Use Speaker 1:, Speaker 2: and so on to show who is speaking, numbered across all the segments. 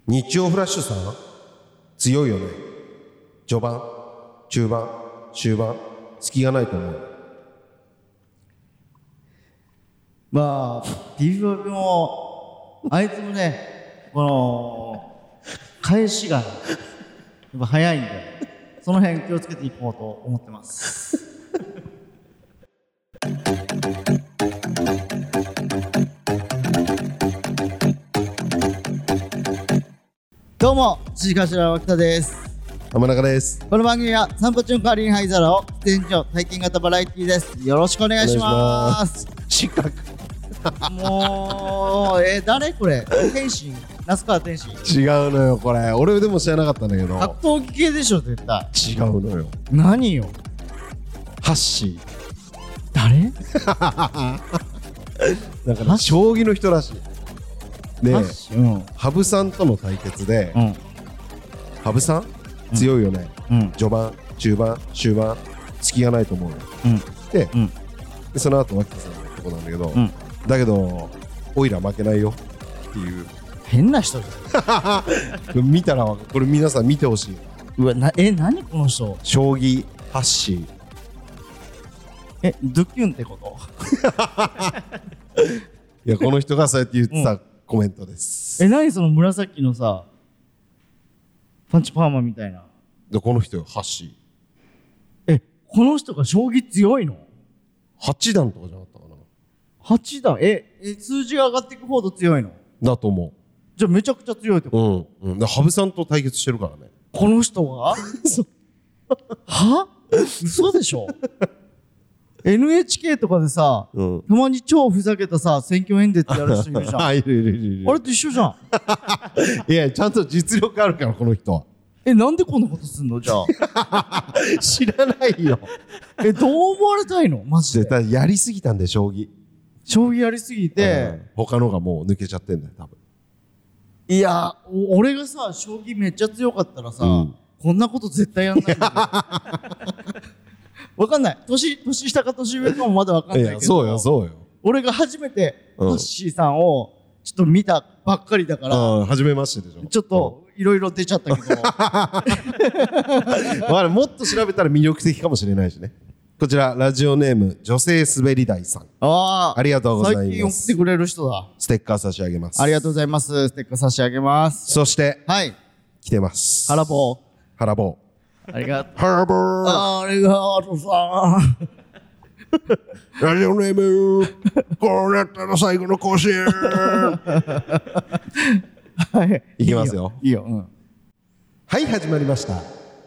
Speaker 1: 日曜フラッシュさん強いよね。序盤、中盤、終盤、隙がないと思う。
Speaker 2: まあ、DVB も、あいつもね、この、返しが、やっぱ早いんで、その辺気をつけていこうと思ってます。どうも、辻頭脇田です。
Speaker 1: 浜中です。
Speaker 2: この番組は散歩中の代わりに灰皿を出演上体験型バラエティーです。よろしくお願いします。
Speaker 1: 失格。
Speaker 2: もう、誰これ天心那須川天心
Speaker 1: 違うのよこれ。俺でも知らなかったんだけど。
Speaker 2: 格闘技系でしょ絶対。
Speaker 1: 違うのよ。
Speaker 2: 何よ。
Speaker 1: ハッシ
Speaker 2: 誰
Speaker 1: ー。なんかね、将棋の人らしい。で、羽生さんとの対決で、羽生さん強いよね。序盤、中盤、終盤、隙がないと思うよ。で、その後脇田さんのとこなんだけど、だけどオイラ負けないよっていう。
Speaker 2: 変な人じ
Speaker 1: ゃん。見たらこれ皆さん見てほしい。
Speaker 2: うわ、何この人。
Speaker 1: 将棋ハッシー。
Speaker 2: ドゥキュンってこと？
Speaker 1: いや、この人がそうやって言ってたコメントです。
Speaker 2: 何その紫のさパンチパーマみたいな。
Speaker 1: でこの人よ、ハッシ
Speaker 2: ー。この人が将棋強いの
Speaker 1: ？8段とかじゃなかったかな。
Speaker 2: 8段。数字が上がっていくほど強いの
Speaker 1: だと思う。
Speaker 2: じゃあめちゃくちゃ強いってこと？
Speaker 1: 羽生さんと対決してるからね、
Speaker 2: この人が。は？嘘でしょ。NHK とかでさ、たまに超ふざけたさ選挙演説やる人いるじゃん。
Speaker 1: いる。
Speaker 2: あれと一緒じゃん。
Speaker 1: いや、ちゃんと実力あるからこの人は。
Speaker 2: なんでこんなことすんのじゃあ。
Speaker 1: 知らないよ。
Speaker 2: どう思われたいのマジで。
Speaker 1: やりすぎたんで、将棋
Speaker 2: やりすぎて、
Speaker 1: 他のがもう抜けちゃってんだよ多分。
Speaker 2: いや、俺がさ将棋めっちゃ強かったらさ、こんなこと絶対やんないんだよ。わかんない。年下か年上かもまだわかんないけど。
Speaker 1: そうよ。俺
Speaker 2: が初めてハッシーさんをちょっと見たばっかりだから。
Speaker 1: 初めましてでしょ。
Speaker 2: ちょっといろいろ出ちゃったけど。
Speaker 1: もっと調べたら魅力的かもしれないしね。こちらラジオネーム女性滑り台さん。ありがとうございます。
Speaker 2: 最近送ってくれる人だ。
Speaker 1: ステッカー差し上げます。
Speaker 2: ありがとうございます。ステッカー差し上げます。
Speaker 1: そして来てます。
Speaker 2: ハラボ
Speaker 1: ー。
Speaker 2: ありがとう。
Speaker 1: ハラボー。
Speaker 2: ありがとうさ。
Speaker 1: ラジオネームこうなったら最後の甲子園。いきますよ。
Speaker 2: いいよ。
Speaker 1: はい、始まりました。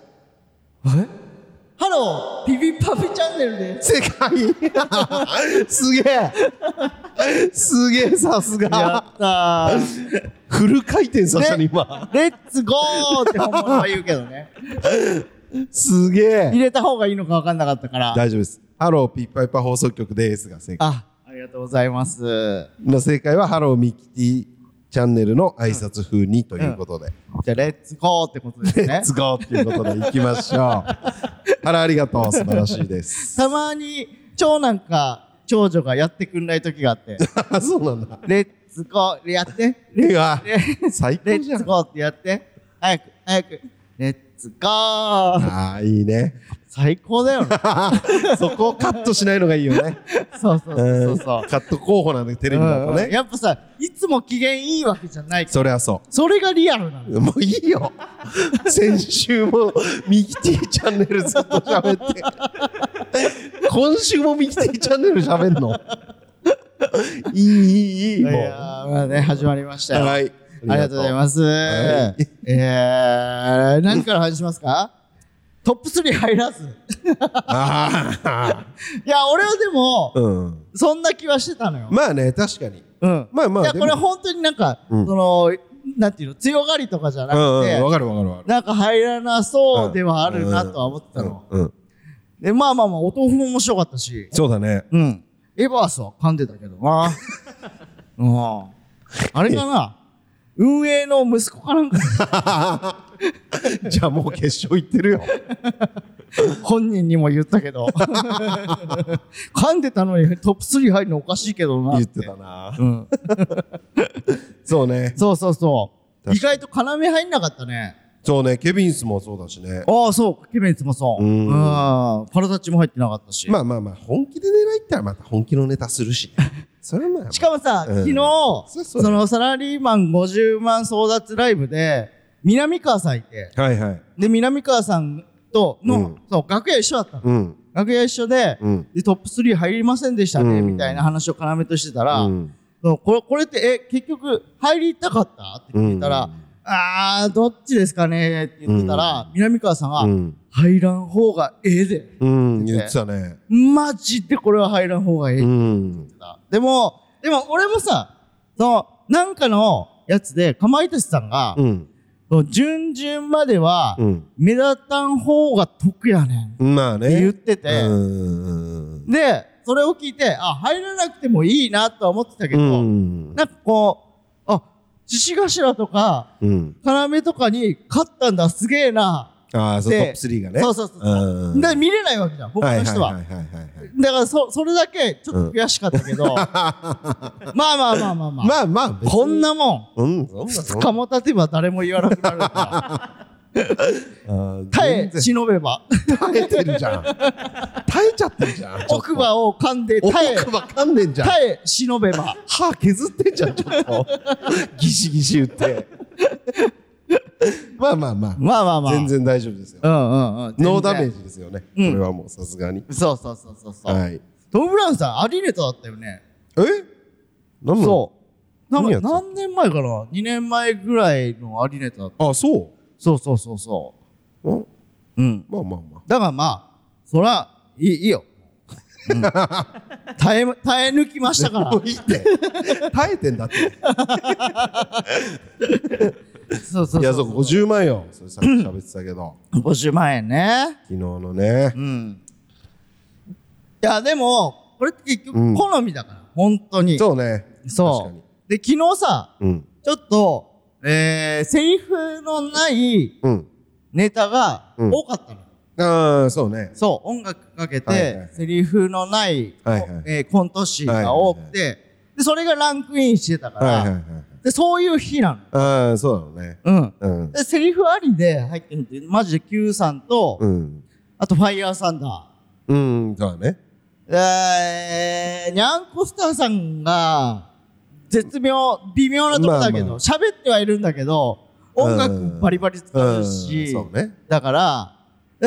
Speaker 2: ハローピピパピチャンネルです。
Speaker 1: 正解。すげえ、さすが。
Speaker 2: やったー。
Speaker 1: フル回転させたね今。
Speaker 2: レッツゴーって本物は言うけどね。
Speaker 1: すげえ。
Speaker 2: 入れた方がいいのか分かんなかったから。
Speaker 1: 大丈夫です。ハローピッパイパ放送局ですが正解。
Speaker 2: ありがとうございます。
Speaker 1: の正解はハローミキティチャンネルの挨拶風にということで。
Speaker 2: じゃあレッツゴーってことですね。
Speaker 1: レッツゴーっていうことでいきましょう。ありがとう。素晴らしいです。
Speaker 2: たまに長男か長女がやってくんない時があって。
Speaker 1: そうなんだ。
Speaker 2: レッツゴーやって。
Speaker 1: 最高じゃん。
Speaker 2: レッツゴーってやって。早く。レッツゴー。
Speaker 1: いいね。
Speaker 2: 最高だよね。
Speaker 1: そこをカットしないのがいいよね。
Speaker 2: そう。
Speaker 1: カット候補なんでテレビだとね。
Speaker 2: やっぱさ、いつも機嫌いいわけじゃないから。
Speaker 1: そりゃそう。
Speaker 2: それがリアルなの。
Speaker 1: もういいよ。先週もミキティチャンネルずっと喋って。今週もミキティチャンネル喋んの。いい。もう。
Speaker 2: いやまあね、始まりましたよ。
Speaker 1: はい。
Speaker 2: ありがとうございます。何から話しますか？トップ3入らず。いや、俺はでも、そんな気はしてたのよ。
Speaker 1: まあね、確かに。まあ。
Speaker 2: いや、これ本当になんか、なんていうの、強がりとかじゃなくて、
Speaker 1: わかる。
Speaker 2: なんか入らなそうではあるなとは思ってたの。で、まあ、お豆腐も面白かったし。
Speaker 1: そうだね。
Speaker 2: エバースは噛んでたけどな。あれかな運営の息子かなんか。
Speaker 1: じゃあもう決勝行ってるよ。
Speaker 2: 本人にも言ったけど。噛んでたのにトップ3入るのおかしいけどな。
Speaker 1: 言ってたな。そうね。
Speaker 2: そう。 意外と要入んなかったね。
Speaker 1: そうね、ケビンスもそうだしね。
Speaker 2: ああ、そう、ケビンスもそう。パラダッチも入ってなかったし。
Speaker 1: まあまあまあ、本気で狙いったらまた本気のネタするし。それはまあ。
Speaker 2: しかもさ、昨日、そのサラリーマン50万争奪ライブで、南川さんいて。
Speaker 1: はいはい。
Speaker 2: で、南川さんとの、そう、楽屋一緒だったの。楽屋一緒で、で、トップ3入りませんでしたね、みたいな話を要としてたら、これって、結局、入りたかったって聞いたら、どっちですかねって言ってたら、南川さんが、入らん方がええで。
Speaker 1: 言ってたね。
Speaker 2: マジでこれは入らん方がええって言ってた。でも俺もさ、なんかのやつで、かまいたちさんが、準々までは、目立たん方が得やねん。
Speaker 1: まあね。
Speaker 2: って言ってて、で、それを聞いて、入らなくてもいいなとは思ってたけど、なんかこう、獅子頭とか、要とかに勝ったんだ、すげえな。
Speaker 1: そう、トップ3がね。
Speaker 2: そう。で、見れないわけじゃん、他の人は。だから、それだけ、ちょっと悔しかったけど、まあ、こんなもん、2日も経てば誰も言わなくなるから。耐え、忍べば。
Speaker 1: 耐えてるじゃん。耐えちゃってるじゃん。
Speaker 2: 奥歯を噛んで、耐え、忍べば。
Speaker 1: 歯削ってんじゃん、ちょっと。ギシギシ言って。まあ。全然大丈夫ですよ。ノーダメージですよね。これはもうさすがに。
Speaker 2: そう。はい。トム・ブラウンさん、アリネタだったよね。そう。何年前かな ?2 年前ぐらいのアリネタだった。
Speaker 1: そう。まあ。
Speaker 2: だからまあ、そら、いいよ。耐え抜きましたから。
Speaker 1: もういいって。耐えてんだって。
Speaker 2: そう。
Speaker 1: いや、50万よ。それさっき喋ってたけど。
Speaker 2: 50万円ね。
Speaker 1: 昨日のね。
Speaker 2: いや、でも、これって結局好みだから。本当に。
Speaker 1: そうね。
Speaker 2: そう。で、昨日さ、ちょっと、セリフのないネタが多かったの。
Speaker 1: そうね。
Speaker 2: そう、音楽かけて、セリフのないコント師が多くて、で、それがランクインしてたから、で、そういう日なの。
Speaker 1: そうだね。
Speaker 2: で、セリフありで入ってみて、マジで Q さんと、あとファイヤーサンダ
Speaker 1: ー。そうだね。
Speaker 2: ニャンコスターさんが、微妙なとこだけど、喋ってはいるんだけど、音楽バリバリ使うし、だから、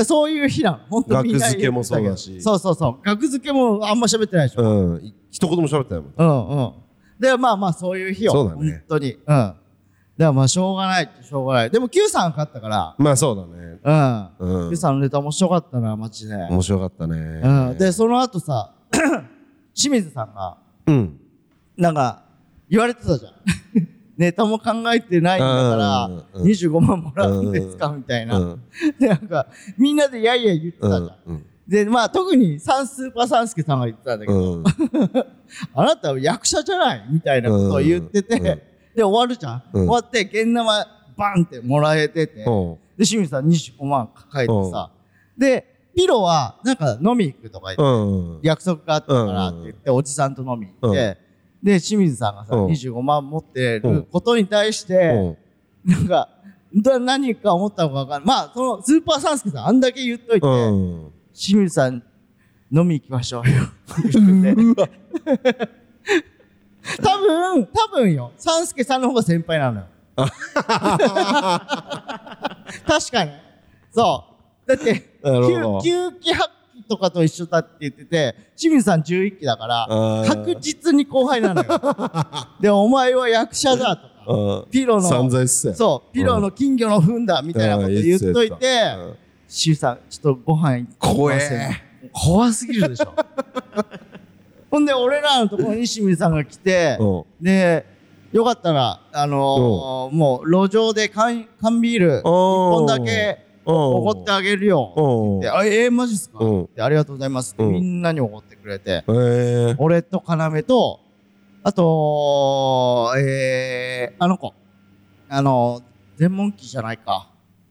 Speaker 2: そういう日なの。本当にみんな
Speaker 1: 額付けもそうだし。
Speaker 2: そう。額付けもあんま喋ってないでしょ。
Speaker 1: 一言も喋ってないもん。
Speaker 2: で、まあ、そういう日よ。
Speaker 1: そうだね。
Speaker 2: 本当に。だからまあ、しょうがない。でも Q さん勝ったから。
Speaker 1: まあ、そうだね。
Speaker 2: Q さんのネタ面白かったな、マジで。
Speaker 1: 面白かったね。
Speaker 2: で、その後さ、清水さんが、なんか、言われてたじゃん。ネタも考えてないんだから25万もらうんですかみたいな。で、なんか、みんなでやいや言ってたじゃん。で、まあ、特にスーパーサンスケさんが言ってたんだけど、あなたは役者じゃないみたいなことを言ってて、で、終わるじゃん。終わって、現生バンってもらえてて、で、清水さん25万抱えてさ、で、ピロは、なんか飲み行くとか言って、約束があったからって言って、おじさんと飲み行って、で、清水さんがさ、25万持ってることに対して、なんか、何か思ったのかわかんない。まあ、その、スーパーサンスケさんあんだけ言っといて、清水さん、飲み行きましょうよ。って言ってて。多分よ、サンスケさんの方が先輩なのよ。確かに。そう。だって、9期8期とかと一緒だって言ってて、清水さん11期だから、確実に後輩なのよ。で、お前は役者だとか、ピロの、そう、ピロの金魚の糞だみたいなこと言っといて、清水さん、ちょっとご飯行って
Speaker 1: 怖え。
Speaker 2: 怖すぎるでしょ。ほんで、俺らのところに清水さんが来て、で、よかったら、もう、路上で缶ビール、1本だけ、おごってあげるよ。ってマジっすかってありがとうございますってみんなにおごってくれて、俺と要と、あと、あの子、全問記じゃないか。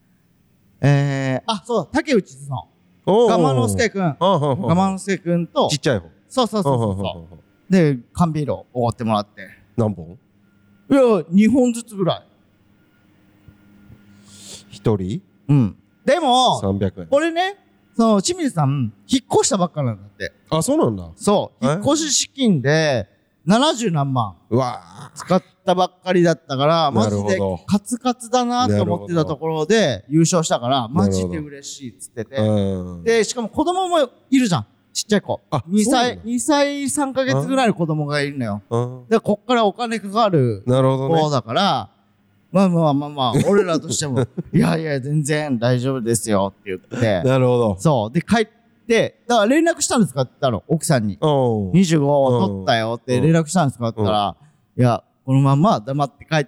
Speaker 2: そうだ、竹内さん。ガマノスケくん。ガマノスケくんと、
Speaker 1: ちっちゃい方。
Speaker 2: そう。で、缶ビールをおごってもらって。
Speaker 1: 何本？
Speaker 2: いや、2本ずつぐらい。
Speaker 1: 一人
Speaker 2: うん。でも、
Speaker 1: 300円。
Speaker 2: 俺ね、清水さん、引っ越したばっかなんだって。
Speaker 1: あ、そうなんだ。
Speaker 2: そう。引っ越し資金で、70何万。
Speaker 1: うわ
Speaker 2: 使ったばっかりだったから、マジでカツカツだなと思ってたところで優勝したから、マジで嬉しいっつってて。で、しかも子供もいるじゃん。ちっちゃい子。2歳3ヶ月ぐらいの子供がいるのよ。で、こっからお金かかる子だから、まあ、俺らとしても、いやいや、全然大丈夫ですよって言って。
Speaker 1: なるほど。
Speaker 2: そう。で、帰って、だから連絡したんですかって言ったの、奥さんに。25を取ったよって連絡したんですかって言ったら、いや、このまま黙って帰って、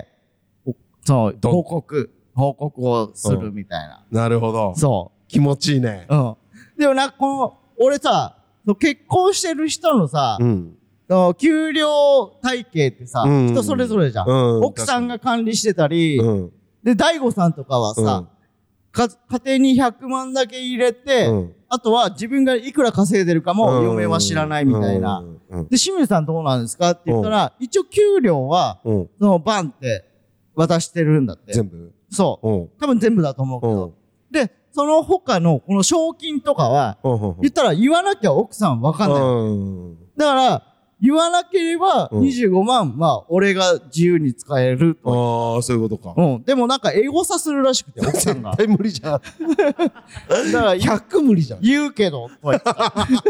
Speaker 2: 報告をするみたいな。
Speaker 1: なるほど。
Speaker 2: そう。
Speaker 1: 気持ちいいね。
Speaker 2: うん。でも俺さ、結婚してる人のさ、給料体系ってさ、人それぞれじゃん。奥さんが管理してたり、で、大悟さんとかはさ、家庭に100万だけ入れて、あとは自分がいくら稼いでるかも嫁は知らないみたいな。で、清水さんどうなんですかって言ったら、一応給料は、バンって渡してるんだって。
Speaker 1: 全部
Speaker 2: そう。多分全部だと思うけど。で、その他のこの賞金とかは、言ったら言わなきゃ奥さんわかんない。だから、言わなければ25万、まあ、俺が自由に使えると。
Speaker 1: ああ、そういうことか。
Speaker 2: でもなんかエゴサするらしくて、奥さんが。
Speaker 1: 絶対無理じゃん。だから100無理じゃん。
Speaker 2: 言うけど、と言ってた。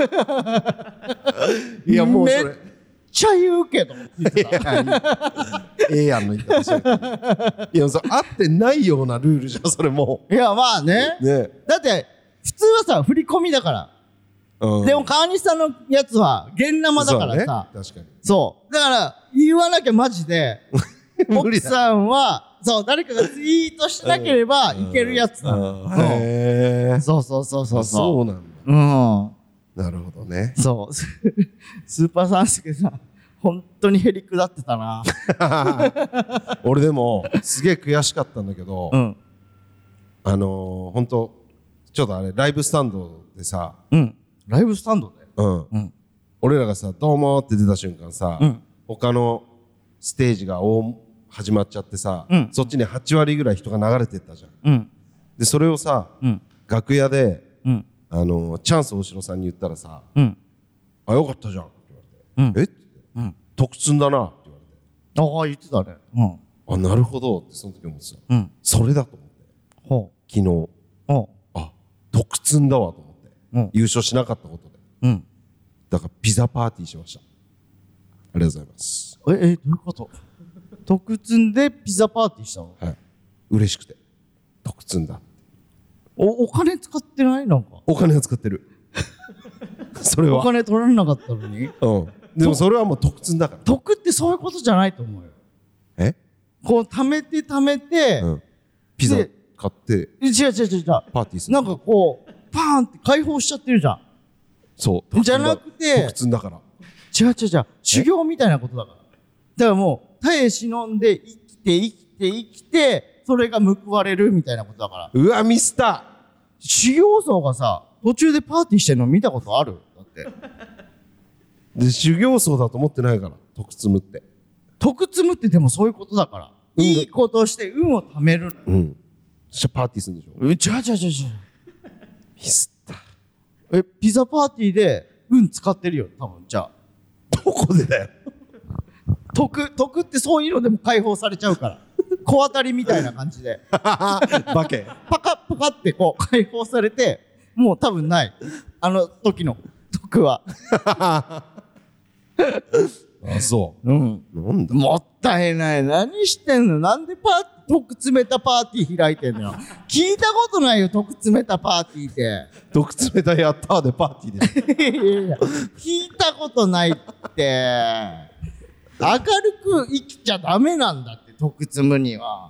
Speaker 1: いや、もうそれ。
Speaker 2: めっちゃ言うけど、言ってた。
Speaker 1: ええやんの言ったら。いや、それ合ってないようなルールじゃん、それも
Speaker 2: う。いや、まあね。だって、普通はさ、振り込みだから。でも川西さんのやつは現生だからさ。
Speaker 1: 確かに。
Speaker 2: そう。だから、言わなきゃマジで、奥さんは、そう、誰かがツイートしなければいけるやつなの。
Speaker 1: へぇ。
Speaker 2: そう。
Speaker 1: そうなんだ。なるほどね。
Speaker 2: そう。スーパーサンスケさん、本当にへりくだってたな。
Speaker 1: 俺でも、すげえ悔しかったんだけど、本当ちょっとあれ、ライブスタンドでさ、
Speaker 2: ライブスタンドで
Speaker 1: 俺らがさ、どうもって出た瞬間さ、他のステージが始まっちゃってさ、そっちに8割ぐらい人が流れてったじゃん。で、それをさ、楽屋で、チャンス大城さんに言ったらさ、あ、よかったじゃんって言われて、えって言って、得積んだなって言われて。
Speaker 2: ああ、言ってたね。
Speaker 1: あ、なるほどってその時思ってた。それだと思って。昨日。あ、得積んだわと思って。優勝しなかったことで。だからピザパーティーしました。ありがとうございます。
Speaker 2: どういうこと？得積んでピザパーティーしたの？
Speaker 1: はい。嬉しくて。得積んだ。
Speaker 2: お金使ってないなんか。
Speaker 1: お金は使ってる。それは。
Speaker 2: お金取られなかったのに？
Speaker 1: でもそれはもう得積んだから。
Speaker 2: 得ってそういうことじゃないと思うよ。こう貯めて、
Speaker 1: ピザ買って。
Speaker 2: 違う。
Speaker 1: パーティーする。
Speaker 2: なんかこう、パーンって解放しちゃってるじゃん。
Speaker 1: そう。
Speaker 2: じゃなくて、
Speaker 1: 得積んだから。
Speaker 2: 違う。修行みたいなことだから。だからもう、耐え忍んで生きて、それが報われるみたいなことだから。
Speaker 1: うわ、ミスった。
Speaker 2: 修行僧がさ、途中でパーティーしてるの見たことある？だって。
Speaker 1: で、修行僧だと思ってないから、得積むって。
Speaker 2: 得積むってでもそういうことだから。いいことして運を貯める。
Speaker 1: そしたらパーティーするんでしょ？
Speaker 2: 違う。
Speaker 1: ミスった。
Speaker 2: ピザパーティーで運使ってるよ、多分、じゃあ。
Speaker 1: どこでだよ。
Speaker 2: 得ってそういうのでも解放されちゃうから。小当たりみたいな感じで。
Speaker 1: バケ。
Speaker 2: パカってこう解放されて、もう多分ない。あの時の得は。
Speaker 1: あ、そう。なんだ。
Speaker 2: もったいない。何してんの？なんで得詰めたパーティー開いてんのよ。聞いたことないよ、得詰めたパーティーって。
Speaker 1: 得詰めたやったーでパーティーで。
Speaker 2: いや、聞いたことないって。明るく生きちゃダメなんだって、得積むには。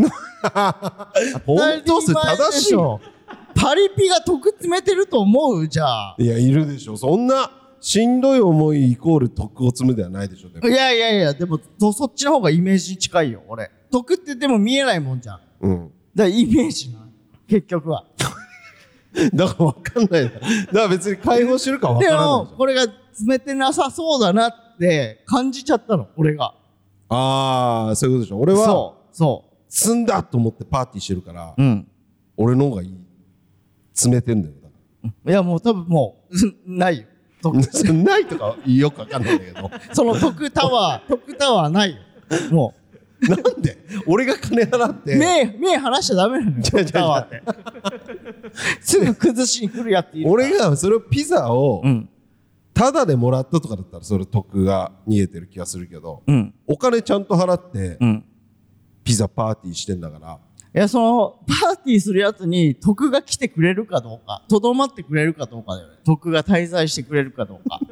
Speaker 1: 本当それ正しい。
Speaker 2: パリピが得詰めてると思う？じゃあ。
Speaker 1: いや、いるでしょ。そんなしんどい思いイコール得を積むではないでしょ。
Speaker 2: いや、でもそっちの方がイメージに近いよ、俺。得ってでも見えないもんじゃん。だからイメージな。結局は。
Speaker 1: だから分かんない。だから別に解放してるか分からない。
Speaker 2: でも、これが詰めてなさそうだなって感じちゃったの、俺が。
Speaker 1: ああ、そういうことでしょ。俺は、
Speaker 2: そ
Speaker 1: 積んだと思ってパーティーしてるから、
Speaker 2: うん
Speaker 1: 俺の方がいい詰めてんだよ。だか
Speaker 2: いやもう多分もうないよ
Speaker 1: らないとかよくわかんないんだけど
Speaker 2: その徳タワーないよも
Speaker 1: なんで俺が金払って
Speaker 2: う目離しちゃダメなのよ徳タワーってすぐ崩しに来るやついるから
Speaker 1: 俺がそれをピザを
Speaker 2: うん
Speaker 1: タダでもらったとかだったらそれ得が見えてる気がするけど、
Speaker 2: うん
Speaker 1: お金ちゃんと払って
Speaker 2: うん
Speaker 1: ピザパーティーしてんだから、
Speaker 2: いやそのパーティーするやつに徳が来てくれるかどうかとどまってくれるかどうかだよね。徳が滞在してくれるかどうか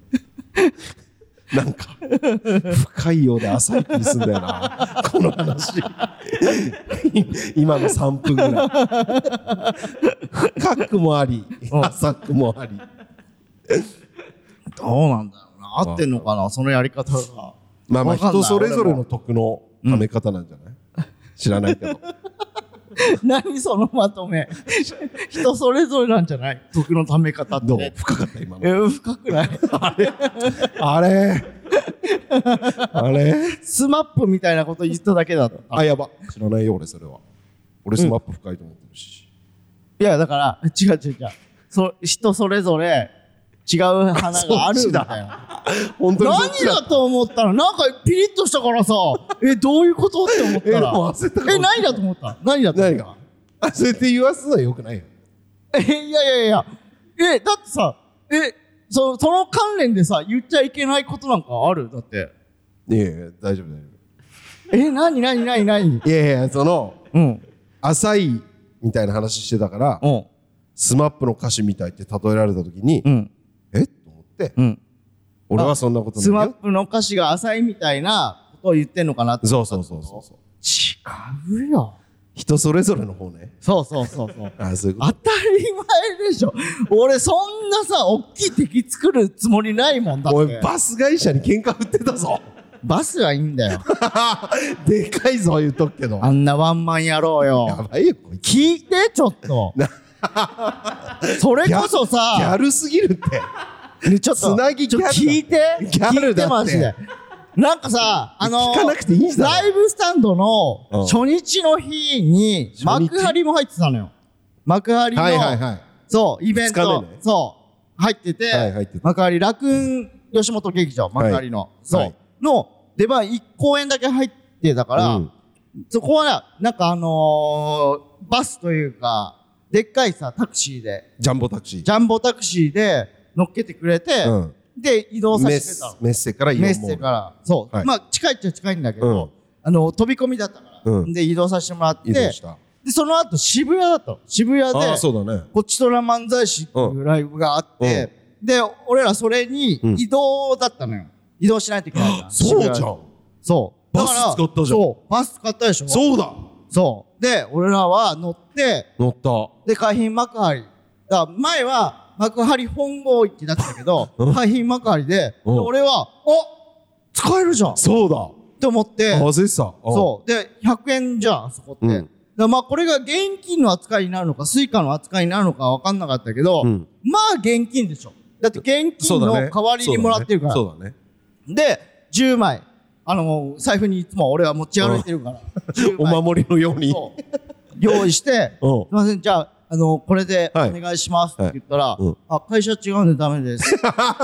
Speaker 1: なんか深いようで浅い気すんだよなこの話今の3分ぐらい深くもあり浅くもあり
Speaker 2: どうなんだろうな合ってんのかなそのやり方が。
Speaker 1: まあ
Speaker 2: わかんない
Speaker 1: 人それぞれの徳のため方なんじゃない、知らないけど
Speaker 2: 何そのまとめ人それぞれなんじゃない徳のため方って。
Speaker 1: どう深かった今の
Speaker 2: 深くない
Speaker 1: あれ
Speaker 2: スマップみたいなこと言っただけだった。
Speaker 1: あやば知らないよ俺それは。俺スマップ深いと思ってるし、
Speaker 2: いやだから違う人それぞれ違う花があるみたいな
Speaker 1: 本当にそっち
Speaker 2: 何だと思ったのなんかピリッとしたからさどういうことって思ったら
Speaker 1: もう焦ったかも
Speaker 2: 何だと思った何だと思った
Speaker 1: あそれって言わすのはよくないよ。
Speaker 2: いやだってさその関連でさ言っちゃいけないことなんかあるだって
Speaker 1: いや大丈夫
Speaker 2: 何
Speaker 1: いやその
Speaker 2: うん
Speaker 1: 浅いみたいな話してたから
Speaker 2: うん
Speaker 1: スマップの歌詞みたいって例えられた時に
Speaker 2: うん
Speaker 1: と思って
Speaker 2: うん
Speaker 1: 俺はそんなことない
Speaker 2: スマッ
Speaker 1: よ。
Speaker 2: プの歌詞が浅いみたいなことを言ってんのかなって
Speaker 1: そう
Speaker 2: 違うよ
Speaker 1: 人それぞれの方ね。
Speaker 2: そう
Speaker 1: あそういうこ
Speaker 2: 当たり前でしょ俺そんなさ大きい敵作るつもりないもんだ
Speaker 1: と。
Speaker 2: って
Speaker 1: おいバス会社に喧嘩売ってたぞ
Speaker 2: バスはいいんだよ
Speaker 1: でかいぞ言っとくけど
Speaker 2: あんなワンマン野郎
Speaker 1: や
Speaker 2: よ
Speaker 1: ばいよこいつ。
Speaker 2: 聞いてちょっとそれこそ
Speaker 1: ギ
Speaker 2: さ
Speaker 1: ャルすぎるって
Speaker 2: ちょっと
Speaker 1: つなぎギャルだ
Speaker 2: 聞いて
Speaker 1: ギャルだって
Speaker 2: 聞いてマジでなんかさ
Speaker 1: 聞かなくていいじゃん。
Speaker 2: ライブスタンドの
Speaker 1: うん
Speaker 2: 初日の日に
Speaker 1: 初日
Speaker 2: 幕張も入ってたのよ幕張の
Speaker 1: はい
Speaker 2: そうイベント
Speaker 1: 二日目ね
Speaker 2: そう入ってて
Speaker 1: はい入ってた
Speaker 2: 幕張楽雲吉本劇場幕張のそ
Speaker 1: はいう
Speaker 2: の出番1公演だけ入ってたから
Speaker 1: うん
Speaker 2: そこはなんかバスというかでっかいさタクシーで
Speaker 1: ジャンボタクシー
Speaker 2: ジャンボタクシーで乗っけてくれて、
Speaker 1: うん
Speaker 2: で移動させてくれたの
Speaker 1: メッセからイオンモール
Speaker 2: メッセからそう、
Speaker 1: はい
Speaker 2: まあ近いっちゃ近いんだけど、飛び込みだったから、
Speaker 1: うん
Speaker 2: で移動させてもらって
Speaker 1: 移動した。
Speaker 2: でその後渋谷だったの渋谷で
Speaker 1: ああそうだね。
Speaker 2: こっちとら漫才師っていうライブがあって、で俺らそれに移動だったのよ、移動しないといけないから
Speaker 1: そうじゃん。
Speaker 2: 渋谷そう
Speaker 1: バス使ったじゃん
Speaker 2: そうバス使ったでしょ
Speaker 1: そうだ
Speaker 2: そうで俺らは乗って
Speaker 1: 乗った。
Speaker 2: で海浜幕張だから前は幕張本郷駅だったけど海浜幕張で俺は使えるじゃんっ
Speaker 1: そうだ。
Speaker 2: て思って
Speaker 1: 忘れてた。
Speaker 2: そうで100円じゃんあそこって、だからまあこれが現金の扱いになるのかスイカの扱いになるのか分かんなかったけど、
Speaker 1: うん
Speaker 2: まあ現金でしょだって現金の代わりにもらってるから、
Speaker 1: そうだね。
Speaker 2: で10枚財布にいつも俺は持ち歩いてるから10
Speaker 1: お
Speaker 2: 枚
Speaker 1: 守りのように。
Speaker 2: そう用意して
Speaker 1: うん
Speaker 2: すいませんじゃあこれでお
Speaker 1: はい
Speaker 2: 願いしますって言ったら、
Speaker 1: はいうん
Speaker 2: あ、会社違うんでダメです。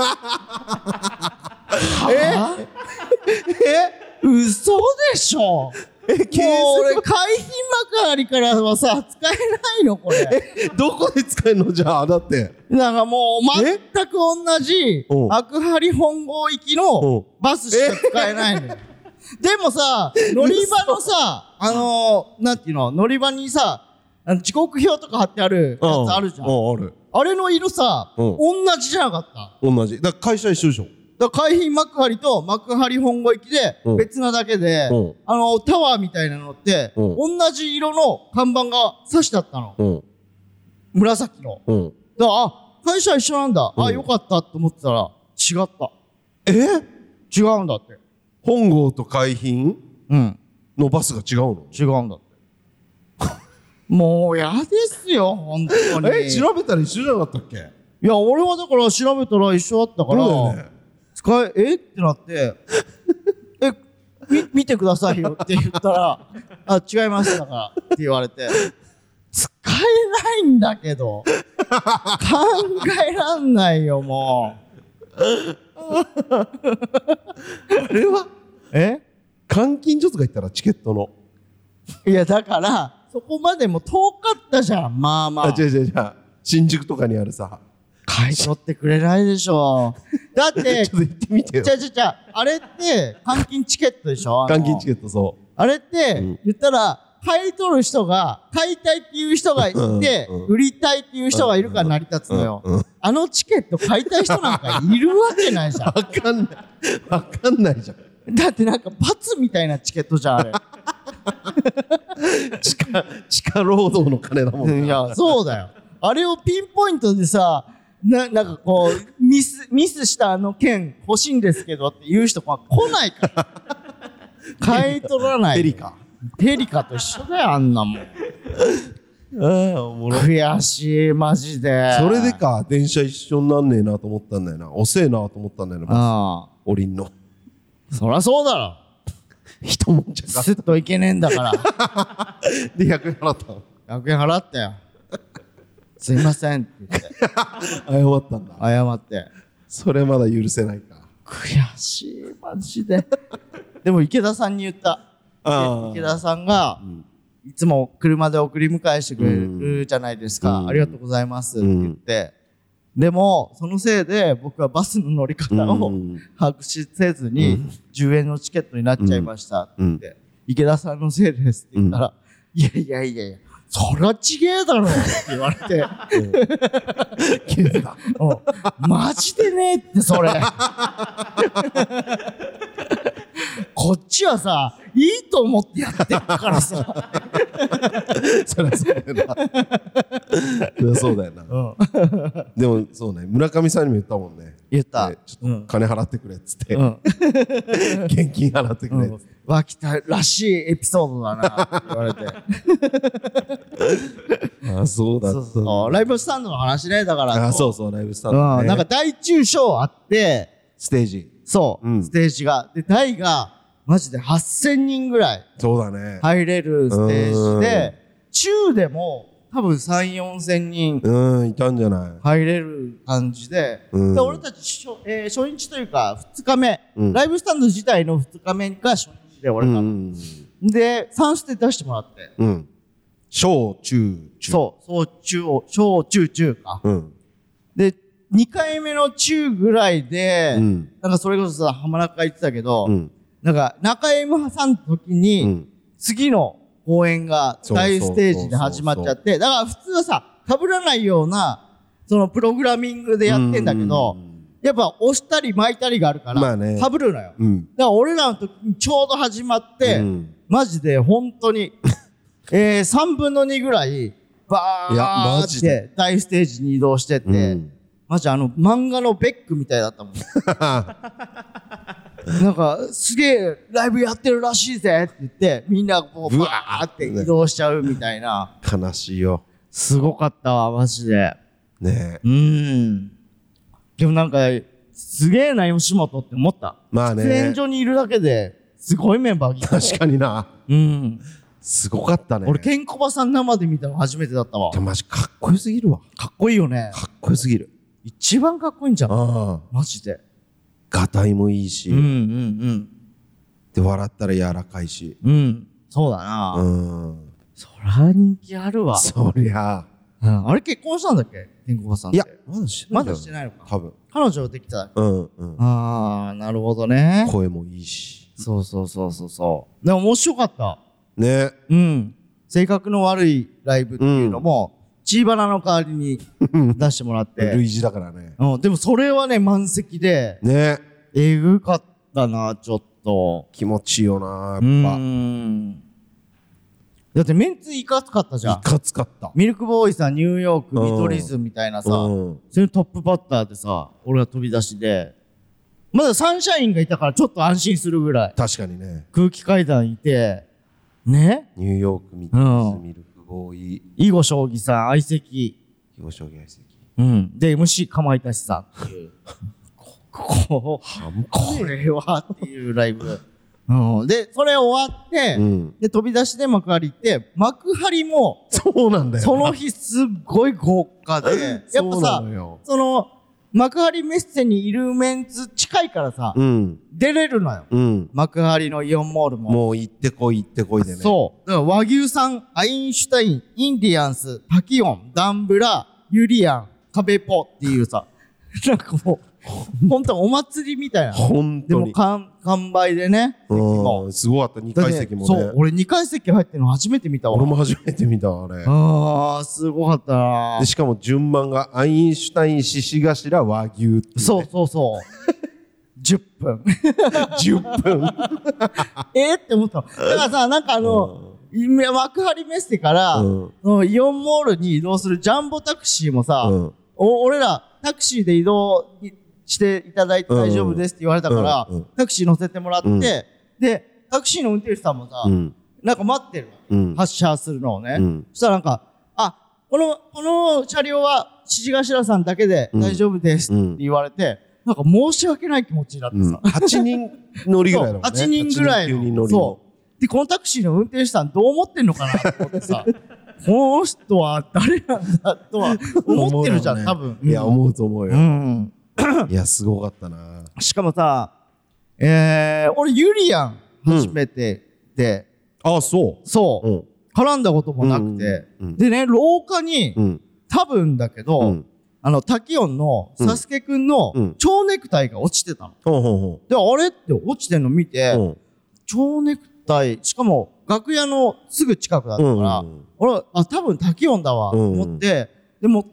Speaker 2: 嘘でしょもう俺、海浜幕張からはさ、使えないのこれ。
Speaker 1: どこで使えるのじゃあだって。
Speaker 2: なんかもう、全く同じ、
Speaker 1: うん
Speaker 2: 幕張本郷行きのバスしか使えないのよ。でもさ、乗り場のさ、なんていうの、乗り場にさ、時刻表とか貼ってあるやつあるじゃん。
Speaker 1: ある。
Speaker 2: あれの色さ、
Speaker 1: うん
Speaker 2: 同じじゃなかった。
Speaker 1: 同じ。だから会社一緒でしょ。
Speaker 2: だから海浜幕張と幕張本郷行きで
Speaker 1: うん
Speaker 2: 別なだけで、
Speaker 1: うん
Speaker 2: タワーみたいなのって、
Speaker 1: う
Speaker 2: 同じ色の看板が刺してあったの。
Speaker 1: うん。
Speaker 2: 紫の。
Speaker 1: うん。
Speaker 2: だから、会社一緒なんだ。
Speaker 1: うん
Speaker 2: よかったと思ってたら、違った。違うんだって。
Speaker 1: 本郷と海浜
Speaker 2: うん。
Speaker 1: のバスが違うの？
Speaker 2: 違うんだって。もう嫌ですよ、本当に。
Speaker 1: 調べたら一緒じゃなかったっけ？
Speaker 2: いや、俺はだから調べたら一緒だったから、
Speaker 1: そうだよね。
Speaker 2: ってなって、 見てくださいよって言ったら、あ、違いますだからって言われて、使えないんだけど、考えらんないよ、も
Speaker 1: あれは監禁所とか言ったらチケットの。
Speaker 2: う。いや、だから、そこまでも遠かったじゃん、まあまあ。
Speaker 1: 違う新宿とかにあるさ。
Speaker 2: 買い取ってくれないでしょ。だって
Speaker 1: ちょっと行ってみてよ。
Speaker 2: あれって換金チケットでしょ。
Speaker 1: 換金チケット、そう。
Speaker 2: あれって言ったら買い取る人が買いたいっていう人がいて、売りたいっていう人がいるから成り立つのよ。あのチケット買いたい人なんかいるわけないじゃん。
Speaker 1: わかんないじゃん。
Speaker 2: だってなんか罰みたいなチケットじゃん、あれ。
Speaker 1: 地下労働の金だもんね。
Speaker 2: いや、そうだよ。あれをピンポイントでさ、なんかこう、ミスしたあの券欲しいんですけどっていう人が来ないから。買い取らない。ペリカと一緒だよ、あんなもん。
Speaker 1: おもろい。
Speaker 2: 悔しい、マジで。
Speaker 1: それでか、電車一緒になんねえなと思ったんだよな。遅えなと思ったんだよな、
Speaker 2: ああ。
Speaker 1: 降りんの。
Speaker 2: そりゃそうだろ。
Speaker 1: 一文字が。
Speaker 2: スッといけねえんだから。
Speaker 1: で、100円払ったの。
Speaker 2: 100円払ったよ。すいませんって言って。
Speaker 1: 謝ったんだ。
Speaker 2: 謝って。
Speaker 1: それまだ許せないか。
Speaker 2: 悔しい、マジで。でも池田さんに言った。池田さんが、いつも車で送り迎えしてくれるじゃないですか。ありがとうございますって言って。でも、そのせいで僕はバスの乗り方を把握せずに10円のチケットになっちゃいましたって言って、池田さんのせいですって言ったら、いや、そりゃちげえだろって言われて。
Speaker 1: 切れてた。
Speaker 2: マジでねってそれ。こっちはさ、いいと思ってやってるからさ。
Speaker 1: そりゃそうだよな。そりゃそうだよな。でもそうね、村上さんにも言ったもんね。
Speaker 2: 言った。
Speaker 1: ちょっと金払ってくれっつって。現金払ってくれっつって。
Speaker 2: わきたらしいエピソードだなって言われて。
Speaker 1: あ、そうだった。
Speaker 2: ライブスタンドの話ね、だから。
Speaker 1: そう、ライブスタンド。
Speaker 2: なんか大中小あって、
Speaker 1: ステージ。
Speaker 2: そう、ステージが。で、大が、マジで8000人ぐらい。
Speaker 1: そうだね。
Speaker 2: 入れるステージで、中でも多分3、4000人。
Speaker 1: いたんじゃない
Speaker 2: 入れる感じで。で、俺たち初日というか2日目。ライブスタンド自体の2日目が初日で俺ら。で、3ステ出してもらって。
Speaker 1: 小、中。
Speaker 2: 小、中か。で、2回目の中ぐらいで、なんかそれこそさ、浜中言ってたけど、なんか中 M 挟んだ時に、次の公演が大ステージで始まっちゃって、だから普通はさ、被らないような、そのプログラミングでやってんだけど、やっぱ押したり巻いたりがあるから、被るのよ。だから俺らの時にちょうど始まって、マジで本当に、3分の2ぐらい、バーって大ステージに移動してって、マジ漫画のベックみたいだったもん。なんか、すげえライブやってるらしいぜって言って、みんなこう、バーって移動しちゃうみたいな。
Speaker 1: 悲しいよ。
Speaker 2: すごかったわ、マジで。
Speaker 1: ね
Speaker 2: え。でもなんか、すげえな、吉本って思った。
Speaker 1: まあね。
Speaker 2: 喫煙所にいるだけで、すごいメンバー来た。
Speaker 1: 確かにな。すごかったね。
Speaker 2: 俺、ケンコバさん生で見たの初めてだったわ。
Speaker 1: マジかっこよすぎるわ。
Speaker 2: かっこいいよね。
Speaker 1: かっこよすぎる。
Speaker 2: 一番かっこいいんじゃん。マジで。
Speaker 1: ガタイもいいし。で、笑ったら柔らかいし。
Speaker 2: そうだな。そりゃ人気あるわ。
Speaker 1: そりゃ。
Speaker 2: あれ結婚したんだっけケンコバさんって。
Speaker 1: いや、まだしてない
Speaker 2: のか。
Speaker 1: 多分。
Speaker 2: 彼女できた。ああ、なるほどね。
Speaker 1: 声もいいし。
Speaker 2: そう。でも面白かった。
Speaker 1: ね。
Speaker 2: 性格の悪いライブっていうのも、チーバナの代わりに出してもらって。
Speaker 1: 類似だからね。
Speaker 2: でもそれはね、満席で。
Speaker 1: ね。
Speaker 2: えぐかったな、ちょっと。
Speaker 1: 気持ちいいよな、やっぱ。
Speaker 2: だってメンツいかつかったじゃん。
Speaker 1: いかつかった。
Speaker 2: ミルクボーイさん、ニューヨーク、見取り図みたいなさ、それトップバッターでさ、俺が飛び出しで、まだサンシャインがいたからちょっと安心するぐらい。
Speaker 1: 確かにね。
Speaker 2: 空気階段いて、ね。
Speaker 1: ニューヨーク、見取り図、ミルクボーイ。
Speaker 2: 囲碁将棋さん、相席。
Speaker 1: 囲碁将棋相席。
Speaker 2: で、MC かまいたちさんっていう。これはっていうライブ。 で、それ終わって、で、飛び出しで幕張行って、幕張も、
Speaker 1: そうなんだよ。
Speaker 2: その日すっごい豪華で、やっぱさ、その、幕張メッセにいるメンツ近いからさ、出れるのよ。幕張のイオンモールも。
Speaker 1: もう行ってこいでね。
Speaker 2: そう。だから和牛さん、アインシュタイン、インディアンス、タキオン、ダンブラ、ユリアン、カベポっていうさ、なんかもう、ほんとお祭りみたいな。
Speaker 1: 本当に。
Speaker 2: でも完売でね。
Speaker 1: すごかった、2階席もね。
Speaker 2: そう、俺2階席入ってるの初めて見たわ。
Speaker 1: 俺も初めて見た、あれ。
Speaker 2: すごかったな。
Speaker 1: で、しかも順番がアインシュタイン、獅子頭、和牛っていう、ね。
Speaker 2: そう。10分。
Speaker 1: 10分。
Speaker 2: って思った。だからさ、なんか幕張メッセから、イオンモールに移動するジャンボタクシーもさ、俺らタクシーで移動していただいて大丈夫ですって言われたから、タクシー乗せてもらって、で、タクシーの運転手さんもさ、なんか待ってるの。発車するのをね。そしたらなんか、この車両は獅子頭さんだけで大丈夫ですって言われて、なんか申し訳ない気持ちになってさ。
Speaker 1: 8人乗りぐらいだもんね。
Speaker 2: 8人ぐらいの。そう。で、このタクシーの運転手さんどう思ってんのかなと思ってさ、この人は誰なんだとは思ってるじゃん、多分。
Speaker 1: いや、思うと思うよ。いや、すごかったな。
Speaker 2: しかもさ、俺ユリアン初めてで、そう。絡んだこともなくて、でね、廊下に、多分だけど、タキオンのサスケくんの蝶ネクタイが落ちてたの。で、あれって落ちてんの見て、蝶ネクタイ、しかも楽屋のすぐ近くだったから、俺、多分タキオンだわ、と思って、で、持って、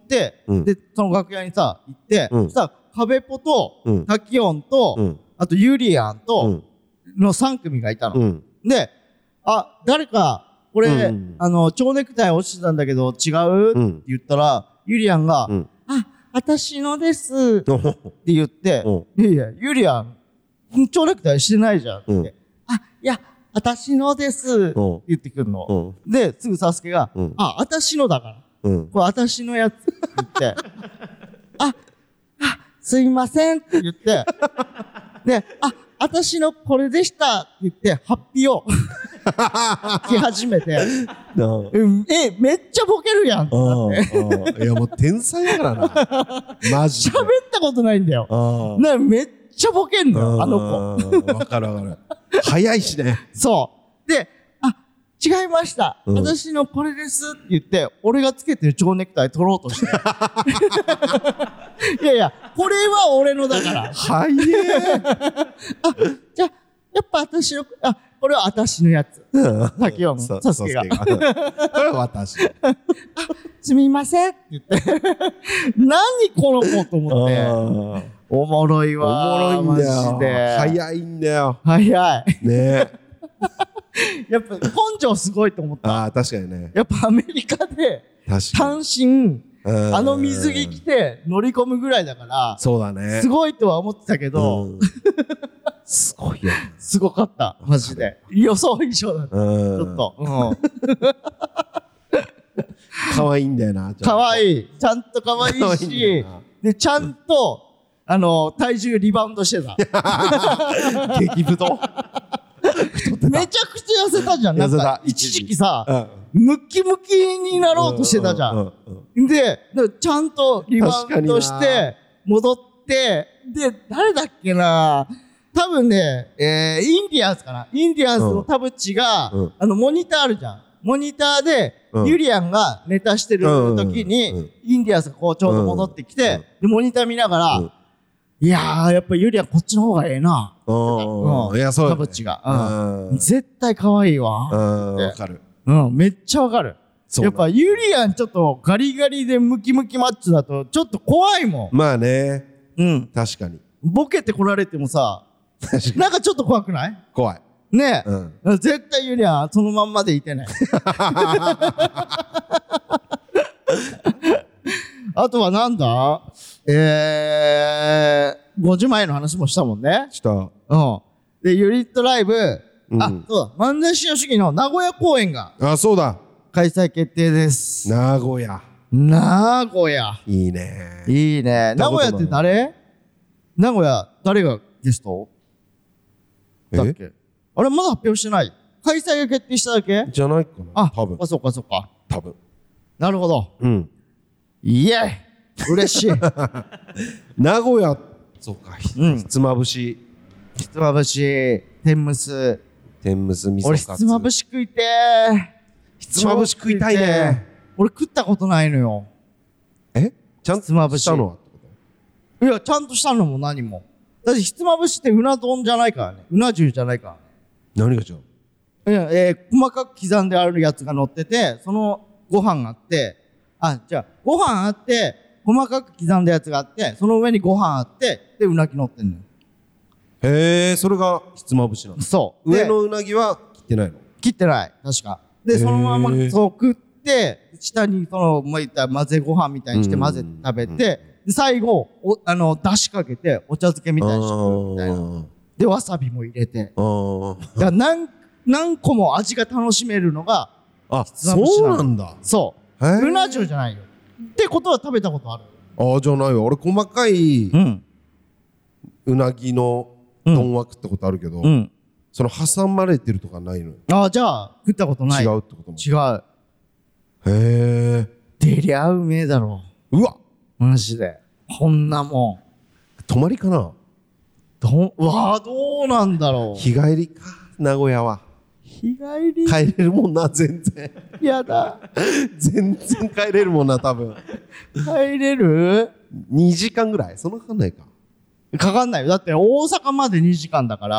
Speaker 2: で、その楽屋にさ、行って、そしたら、カベポと、タキオンと、あとユリアンと、の3組がいたの。で、誰か、これ、蝶ネクタイ落ちてたんだけど、違うって言ったら、ユリアンが、私のですって言って、いや、ユリアン、蝶ネクタイしてないじゃんって。いや、私のですって言ってくるの。で、すぐサスケが、私のだから。これ私のやつって言って、すいませんって言って、で、私のこれでしたって言って、ハッピーを着始めて、めっちゃボケるやんってなって。
Speaker 1: いや、もう天才だからな。マジで。
Speaker 2: 喋ったことないんだよ。めっちゃボケんのよ、あの
Speaker 1: 子。わかる。早いしね。そう。
Speaker 2: で、違いました。私のこれですって言って、俺がつけてる蝶ネクタイ取ろうとして。いやいや、これは俺のだから。
Speaker 1: 早い。
Speaker 2: じゃあ、やっぱ私の、これは私のやつ。タキオン、サスケが。これ
Speaker 1: は私。
Speaker 2: すみませんって言って。何この子と思って。おもろいわ。
Speaker 1: おもろいんだよ。早いんだよ。
Speaker 2: 早い。
Speaker 1: ね
Speaker 2: やっぱ根性すごいと思った。
Speaker 1: 確かにね。
Speaker 2: やっぱアメリカで単身水着着て乗り込むぐらいだから、
Speaker 1: そうだね。
Speaker 2: すごいとは思ってたけど、
Speaker 1: すごいよ。
Speaker 2: すごかった、マジで。予想以上だった。ちょっと。
Speaker 1: 可愛いんだよな。
Speaker 2: 可愛い。ちゃんと可愛いし、で、ちゃんと、体重リバウンドしてた。
Speaker 1: 激太。
Speaker 2: めちゃくちゃ痩せたじゃん。なんか、一時期さ、ムキムキになろうとしてたじゃん。で、ちゃんとリバウンドして、戻って、で、誰だっけな多分ね、インディアンスかな。インディアンスの田淵が、モニターあるじゃん。モニターで、ユリアンがネタしてる時に、インディアンスがこうちょうど戻ってきて、で、モニター見ながら、いやー、やっぱユリアンこっちの方がええな。
Speaker 1: いや、そうだね。
Speaker 2: 田淵が。絶対可愛いわ。
Speaker 1: わかる。
Speaker 2: めっちゃわかる。やっぱユリアンちょっとガリガリでムキムキマッチョだとちょっと怖いもん。
Speaker 1: まあね。確かに。
Speaker 2: ボケてこられてもさ、なんかちょっと怖くない？
Speaker 1: 怖い。
Speaker 2: ねえ。絶対ユリアンそのまんまでいてない。あとはなんだ50万円の話もしたもんね。
Speaker 1: した。
Speaker 2: で、ユニットライブ、そうだ、漫才師の主義の名古屋公演が。
Speaker 1: そうだ。
Speaker 2: 開催決定です。
Speaker 1: 名古屋。
Speaker 2: 名古屋。
Speaker 1: いいね。
Speaker 2: いいね。名古屋って誰？名古屋、誰がゲストだっけ？ あれまだ発表してない。開催が決定しただけ
Speaker 1: じゃないかな。
Speaker 2: あ、
Speaker 1: 多分。
Speaker 2: そっかそっか。
Speaker 1: 多分。
Speaker 2: なるほど。
Speaker 1: うん。
Speaker 2: イエーイ嬉しい。
Speaker 1: 名古屋、そうか。
Speaker 2: うん。
Speaker 1: ひつまぶし。
Speaker 2: ひつまぶし、天むす。
Speaker 1: 天むす味噌カツ。
Speaker 2: 俺ひつまぶし食いてー。
Speaker 1: ひつまぶし食いたいね。
Speaker 2: 俺食ったことないのよ。
Speaker 1: ちゃんとしたのはってこと？
Speaker 2: いや、ちゃんとしたのも何も。だってひつまぶしってうな丼じゃないからね。うな重じゃないからね。
Speaker 1: 何が違う？
Speaker 2: いや、細かく刻んであるやつが乗ってて、そのご飯があって、ご飯あって、細かく刻んだやつがあって、その上にご飯あって、で、うなぎ乗ってんのよ。
Speaker 1: へえ、それがひつまぶしなの？
Speaker 2: そう。
Speaker 1: 上のうなぎは切ってないの？
Speaker 2: 切ってない。確か。で、そのままそう食って、下にもういった混ぜご飯みたいにして混ぜて食べて、で、最後、出汁かけて、お茶漬けみたいにして食うみたいな。で、わさびも入れて。だから何個も味が楽しめるのが、
Speaker 1: そうなんだ。
Speaker 2: そう。うな重じゃないよ。ってことは食べたことある？
Speaker 1: じゃないよ。俺細かい、うなぎの丼は食ったことあるけど、その挟まれてるとかないのよ。
Speaker 2: じゃあ、食ったことない。
Speaker 1: 違うってことも。
Speaker 2: 違う。
Speaker 1: へえ。
Speaker 2: 出りゃうめえだろ。
Speaker 1: うわ
Speaker 2: マジで。こんなもん。
Speaker 1: 泊まりかな？
Speaker 2: どうなんだろう。
Speaker 1: 日帰りか、名古屋は。
Speaker 2: 日帰り？
Speaker 1: 帰れるもんな、全然。
Speaker 2: やだ。
Speaker 1: 全然帰れるもんな、多分。
Speaker 2: 帰れる？
Speaker 1: 2 時間ぐらい？そんなかかんないか。
Speaker 2: かかんないよ。だって大阪まで2時間だから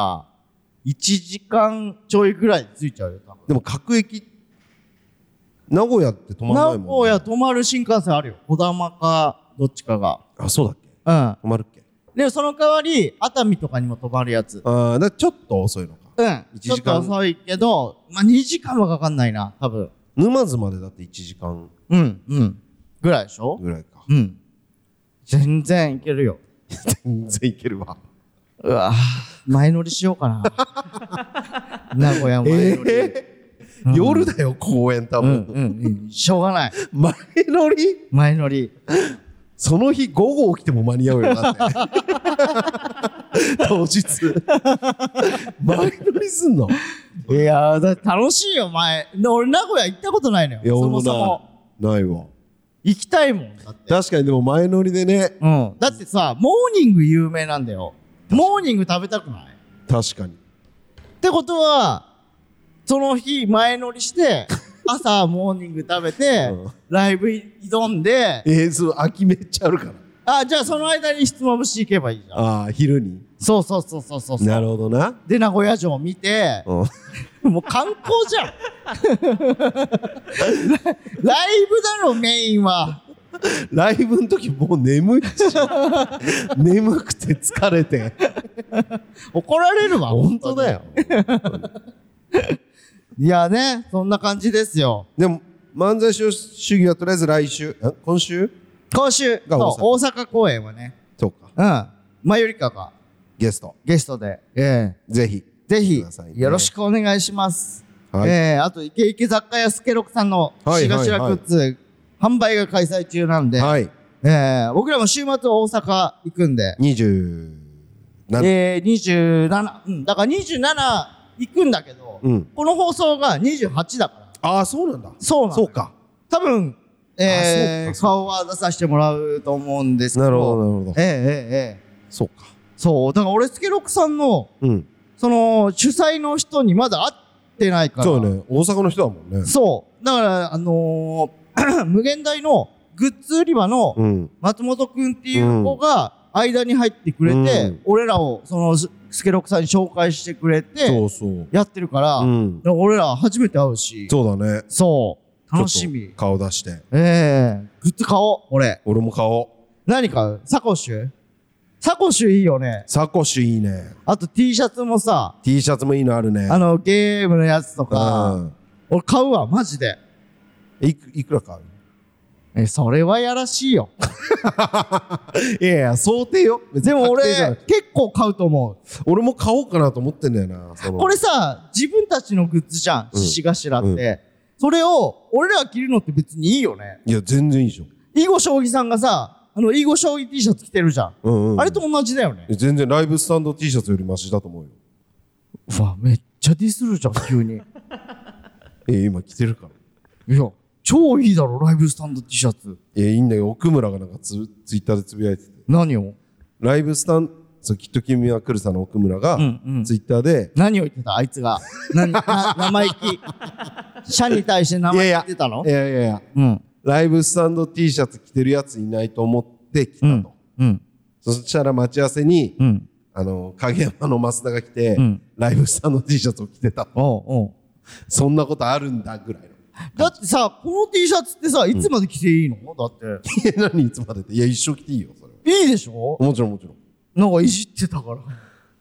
Speaker 2: 、1時間ちょいぐらいで着いちゃうよ。
Speaker 1: でも各駅、名古屋って止まらないもんね。
Speaker 2: 名古屋止まる新幹線あるよ。こだまか、どっちかが。
Speaker 1: そうだっけ？
Speaker 2: 止
Speaker 1: まるっけ？
Speaker 2: で、その代わり、熱海とかにも止まるやつ。
Speaker 1: ちょっと遅いのか。
Speaker 2: 1時間。ちょっと遅いけど、2時間はかかんないな、多分。
Speaker 1: 沼津までだって1時間。
Speaker 2: ぐらいでしょ？
Speaker 1: ぐらいか。
Speaker 2: 全然いけるよ。
Speaker 1: 全然いけるわ。
Speaker 2: うわ前乗りしようかな。名古屋前乗り。
Speaker 1: 夜だよ、公園多分。
Speaker 2: しょうがない。前乗り。
Speaker 1: その日午後起きても間に合うよなって。当日。前乗りすんの？
Speaker 2: いやだって楽しいよ、俺名古屋行ったことないのよ。そもそも。
Speaker 1: ないわ。
Speaker 2: 行きたいもんだって。
Speaker 1: 確かにでも前乗りでね。
Speaker 2: だってさ、モーニング有名なんだよ。モーニング食べたくない？
Speaker 1: 確かに。
Speaker 2: ってことは、その日前乗りして、朝モーニング食べて、ライブ挑んで。
Speaker 1: 空きめっちゃあるから。
Speaker 2: じゃあその間にひつまぶし行けばいいじゃん。
Speaker 1: 昼に。
Speaker 2: そう。
Speaker 1: なるほどな。
Speaker 2: で、名古屋城見て、もう観光じゃん。ライブだろ、メインは。
Speaker 1: ライブの時もう眠いし。眠くて疲れて。
Speaker 2: 怒られるわ。
Speaker 1: 本当だよ。
Speaker 2: いやね、そんな感じですよ。
Speaker 1: でも、漫才主義はとりあえず今週
Speaker 2: が大阪公演はね。
Speaker 1: そうか。
Speaker 2: マユリカが
Speaker 1: ゲスト
Speaker 2: で。
Speaker 1: ぜひ。
Speaker 2: よろしくお願いします。あと、イケイケ雑貨屋スケロクさんのしがしらグッズ、販売が開催中なんで、僕らも週末大阪行くんで。
Speaker 1: 27。
Speaker 2: だから27行くんだけど、この放送が28だから。
Speaker 1: そうなんだ。
Speaker 2: そうか。多分、顔は出させてもらうと思うんですけど。
Speaker 1: なるほど。そうか。
Speaker 2: そう。だから俺、スケロクさんの、その、主催の人にまだ会ってないから。
Speaker 1: そうね。大阪の人だもんね。
Speaker 2: そう。だから、無限大のグッズ売り場の松本くんっていう子が間に入ってくれて、俺らを、その、スケロクさんに紹介してくれて、やってるから、俺ら初めて会うし。
Speaker 1: そうだね。
Speaker 2: そう。楽しみ。
Speaker 1: 顔出して。
Speaker 2: グッズ買おう、俺。
Speaker 1: 俺も買おう。
Speaker 2: 何買う？サコッシュいいよね。
Speaker 1: サコッシュいいね。
Speaker 2: あと T シャツもさ。
Speaker 1: T シャツもいいのあるね。
Speaker 2: ゲームのやつとか。俺買うわ、マジで。
Speaker 1: いくら買う？
Speaker 2: それはやらしいよ。
Speaker 1: いや、想定よ。
Speaker 2: でも俺、結構買うと思う。
Speaker 1: 俺も買おうかなと思ってんだよな。
Speaker 2: これさ、自分たちのグッズじゃん、獅子頭って。それを、俺らが着るのって別にいいよね。
Speaker 1: いや、全然いいじゃん。
Speaker 2: 囲碁将棋さんがさ、囲碁将棋 T シャツ着てるじゃん。あれと同じだよね。
Speaker 1: 全然ライブスタンド T シャツよりマシだと思うよ。
Speaker 2: うわ、めっちゃディスるじゃん急に。
Speaker 1: 今着てるから。
Speaker 2: いや超いいだろライブスタンド T シャツ。
Speaker 1: いやいいんだよ。奥村がなんかツイッターでつぶやいてて。
Speaker 2: 何を？
Speaker 1: ライブスタンドきっと君は来るさの奥村がツイッターで
Speaker 2: 何を言ってたあいつが。生意気。社に対して生意気言ってたの？
Speaker 1: いや、ライブスタンド T シャツ着てるやついないと思って来たと。そしたら待ち合わせに影山の増田が来てライブスタンド T シャツを着てた。そんなことあるんだぐらいの。
Speaker 2: だってさこの T シャツってさいつまで着ていいの？だって。
Speaker 1: 何いつまでって。いや一生着ていいよそれ。
Speaker 2: いいでしょ？
Speaker 1: もちろん。
Speaker 2: なんかいじってたから。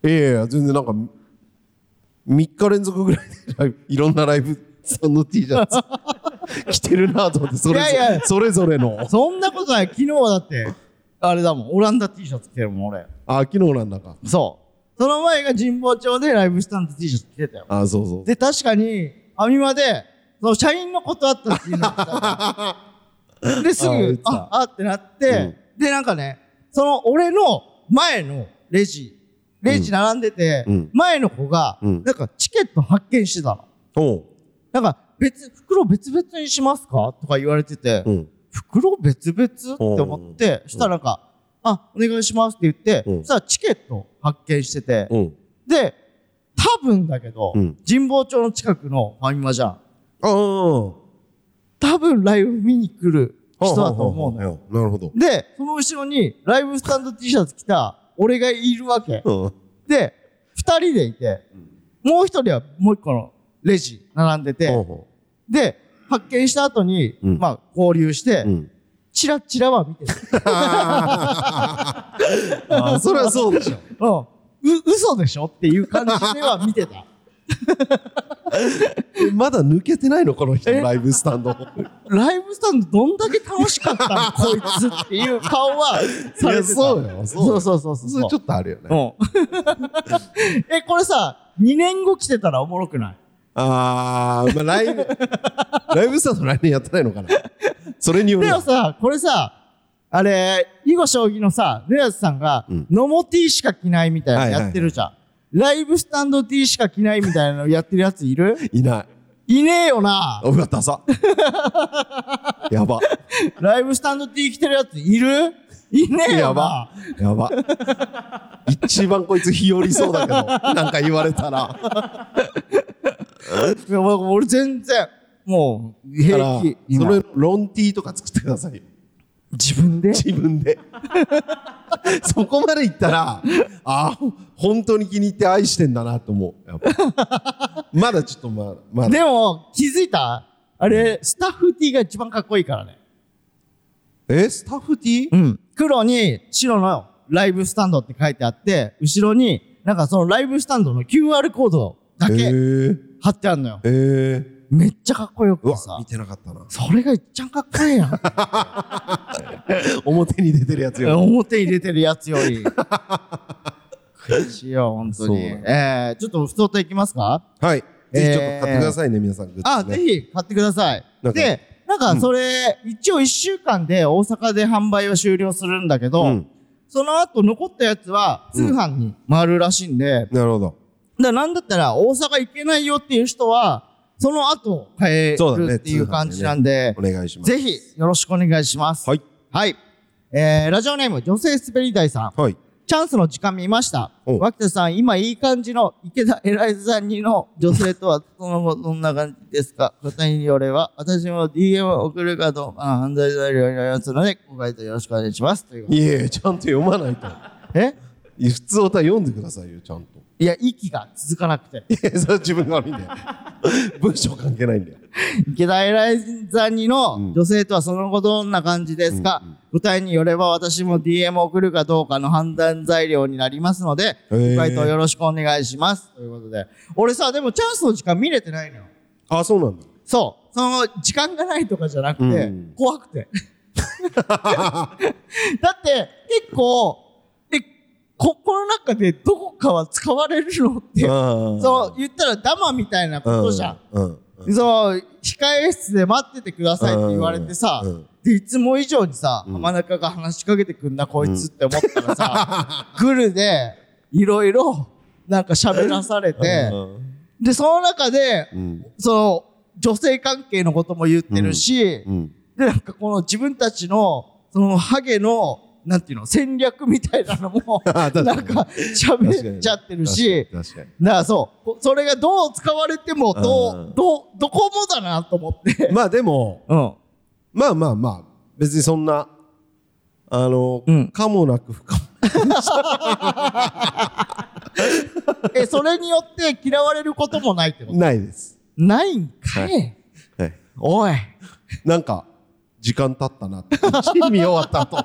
Speaker 1: いや全然なんか3日連続ぐらいでいろんなライブさんの T シャツ着てるなと思ってそれぞれの。
Speaker 2: そんなことない。昨日はだってあれだもんオランダ T シャツ着てるもん俺。
Speaker 1: 昨日なんだか。
Speaker 2: そうその前が神保町でライブスタンド T シャツ着てたよ。
Speaker 1: そう
Speaker 2: で確かにファミマでその社員のことあったっていうのがですぐってなって、でなんかねその俺の前のレジ並んでて、前の子がなんかチケット発見してたの。なんか袋別々にしますかとか言われてて、袋別々って思って、したらなんかお願いしますって言って、そしたらチケット発見してて、で多分だけど神保町の近くのファミマじゃん。多分ライブ見に来る人だと思うのよ。
Speaker 1: なるほど。
Speaker 2: でその後ろにライブスタンド T シャツ着た俺がいるわけ。で2人でいて、もう一人はもう一個のレジ並んでて、で発見した後に合流して、チラチラは見てる。
Speaker 1: それはそうでしょ。
Speaker 2: 嘘でしょっていう感じでは見てた。
Speaker 1: まだ抜けてないのこの人ライブスタンド。
Speaker 2: ライブスタンドどんだけ楽しかったのこいつっていう顔はされてた。
Speaker 1: そうよ。
Speaker 2: そう
Speaker 1: それちょっとあるよね。
Speaker 2: これさ2年後来てたらおもろくない？
Speaker 1: ライブスタンド来年やってないのかな。それによる。
Speaker 2: でもさこれさあれ囲碁将棋のさレアスさんがノモ T しか着ないみたいなのやってるじゃん。ライブスタンド T しか着ないみたいなのやってるやついる？
Speaker 1: いない。
Speaker 2: いねえよな。
Speaker 1: うわダサ。やば。
Speaker 2: ライブスタンド T 着てるやついる？いねえよな。
Speaker 1: やば。一番こいつ日和そうだけどなんか言われたら。
Speaker 2: いや俺全然もう平気。
Speaker 1: それロン T とか作ってくださいよ。
Speaker 2: 自分で
Speaker 1: そこまでいったら本当に気に入って愛してんだなと思う。やっぱまだちょっとまだ
Speaker 2: でも気づいた？あれスタッフ T が一番かっこいいからね。
Speaker 1: スタッフ T？
Speaker 2: 黒に白のライブスタンドって書いてあって後ろになんかそのライブスタンドの QR コードだけ貼ってあるのよ。めっちゃかっこよくてさ。
Speaker 1: 見てなかったな。
Speaker 2: それがいっちゃんかっこいいやん。
Speaker 1: 表に出てるやつより。
Speaker 2: 表に出てるやつより。悔しいよ、本当に。ちょっとふつおたいきますか？
Speaker 1: はい。ぜひちょっと買ってくださいね、皆さん。
Speaker 2: ぜひ買ってください。で、なんかそれ、一応1週間で大阪で販売は終了するんだけど、その後残ったやつは通販に回るらしいんで。
Speaker 1: なるほど。
Speaker 2: なんだったら大阪行けないよっていう人は、その後買えるっていう感じなんで、
Speaker 1: お願いします。
Speaker 2: ぜひよろしくお願いします。
Speaker 1: はい。
Speaker 2: はい。ラジオネーム、女性滑り台さん。
Speaker 1: はい。
Speaker 2: チャンスの時間見ました。脇田さん、今いい感じの池田エライザさんにの女性とはその後どんな感じですか？答えによれば、私も DM を送るかどうか犯罪材料になりますので、ご回答よろしくお願いします。
Speaker 1: いえ、ちゃんと読まないと。普通歌読んでくださいよ、ちゃんと。
Speaker 2: いや、息が続かなくて。
Speaker 1: いや、それは自分が悪いんだよ。文章関係ないんだよ。
Speaker 2: 池田エライザにの女性とはその後どんな感じですか？答えによれば私も DM を送るかどうかの判断材料になりますので、ご回答よろしくお願いします。ということで。俺さ、でもチャンスの時間見れてないのよ。
Speaker 1: そうなんだ。
Speaker 2: そう。その、時間がないとかじゃなくて、怖くて。だって、結構、この中でどこかは使われるのって、そう、言ったらダマみたいなことじゃん。そう、控え室で待っててくださいって言われてさ、で、いつも以上にさ、浜中が話しかけてくんな、こいつって思ったらさ、グルで、いろいろ、なんか喋らされて、 で、その中で、
Speaker 1: うん
Speaker 2: その、女性関係のことも言ってるし、
Speaker 1: うん
Speaker 2: で、なんかこの自分たちの、そのハゲの、なんていうの、戦略みたいなのも、
Speaker 1: 確かに
Speaker 2: なんか喋っちゃってるし、
Speaker 1: 確かに
Speaker 2: だからそう、それがどう使われても、どこもだなと思って。
Speaker 1: まあでも、
Speaker 2: うん。
Speaker 1: まあまあまあ、別にそんな、
Speaker 2: ん
Speaker 1: 可もなく不可も。
Speaker 2: それによって嫌われることもないってこと
Speaker 1: ないです。
Speaker 2: ないんかい、
Speaker 1: はい。
Speaker 2: おい。
Speaker 1: なんか、時間経ったなって感じ。見終わった後。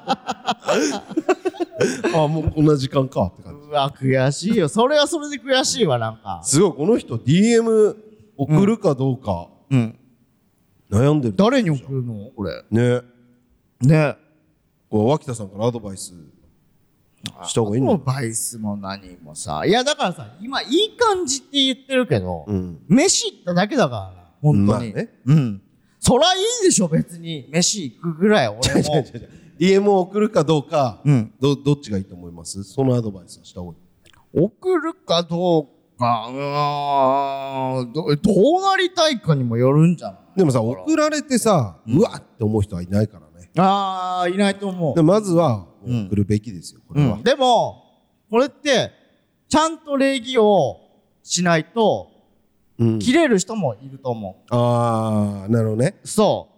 Speaker 1: あ、もうこんな時間かって感じ。
Speaker 2: うわ、悔しいよ。それはそれで悔しいわ、なんか。
Speaker 1: すごい、この人 DM 送るかどうか、悩んでる。
Speaker 2: 誰に送るのこれ。
Speaker 1: ね。
Speaker 2: ね。
Speaker 1: こう、脇田さんからアドバイスした方がいいの？
Speaker 2: アドバイスも何もさ。いや、だからさ、今いい感じって言ってるけど、
Speaker 1: うん。
Speaker 2: 飯行っただけだからな。本当に。
Speaker 1: まあね。
Speaker 2: うん。そらいいでしょ、別に。飯行くぐらい、俺も。
Speaker 1: DM を送るかどうか、
Speaker 2: うん
Speaker 1: どっちがいいと思います？そのアドバイスはした方がいい。
Speaker 2: 送るかどうか、どうなりたいかにもよるんじゃない？
Speaker 1: でもさ、送られてさ、うわって思う人はいないからね。
Speaker 2: ああ、いないと思う。
Speaker 1: でまずは、送るべきですよ、これは。
Speaker 2: でも、これって、ちゃんと礼儀をしないと、切れる人もいると思う。
Speaker 1: ああ、なるほどね。
Speaker 2: そう。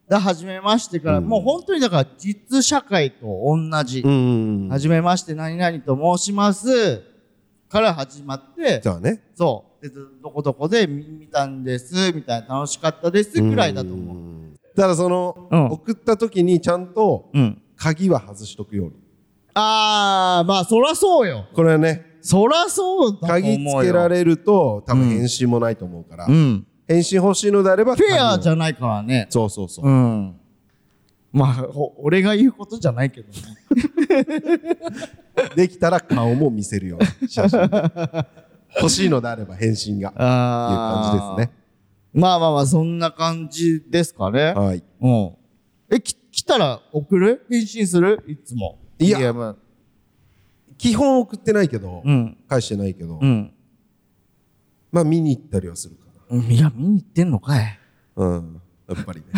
Speaker 2: 初めましてから、もう本当にだから実社会と同じ。初めまして何々と申します。から始まって、
Speaker 1: じゃあね。
Speaker 2: そう。で、どこどこで見たんです、みたいな楽しかったです、ぐらいだと思う。
Speaker 1: ただその、送った時にちゃんと、鍵は外しとくように。
Speaker 2: あー、まあそらそうよ。
Speaker 1: これはね。
Speaker 2: そらそうだと思うよ。
Speaker 1: 鍵つけられると、多分返信もないと思うから。返信欲しいのであれば、
Speaker 2: フェアじゃないからね。
Speaker 1: そうそうそう。
Speaker 2: まあ、俺が言うことじゃないけどね。
Speaker 1: できたら顔も見せるような写真で。欲しいのであれば返信が。っていう感じですね。
Speaker 2: まあまあまあ、そんな感じですかね。
Speaker 1: はい。
Speaker 2: 来たら送る？返信する？いつも。
Speaker 1: いや、基本送ってないけど、返してないけど、まあ見に行ったりはするか
Speaker 2: な。いや、見に行ってんのかい。
Speaker 1: やっぱりね。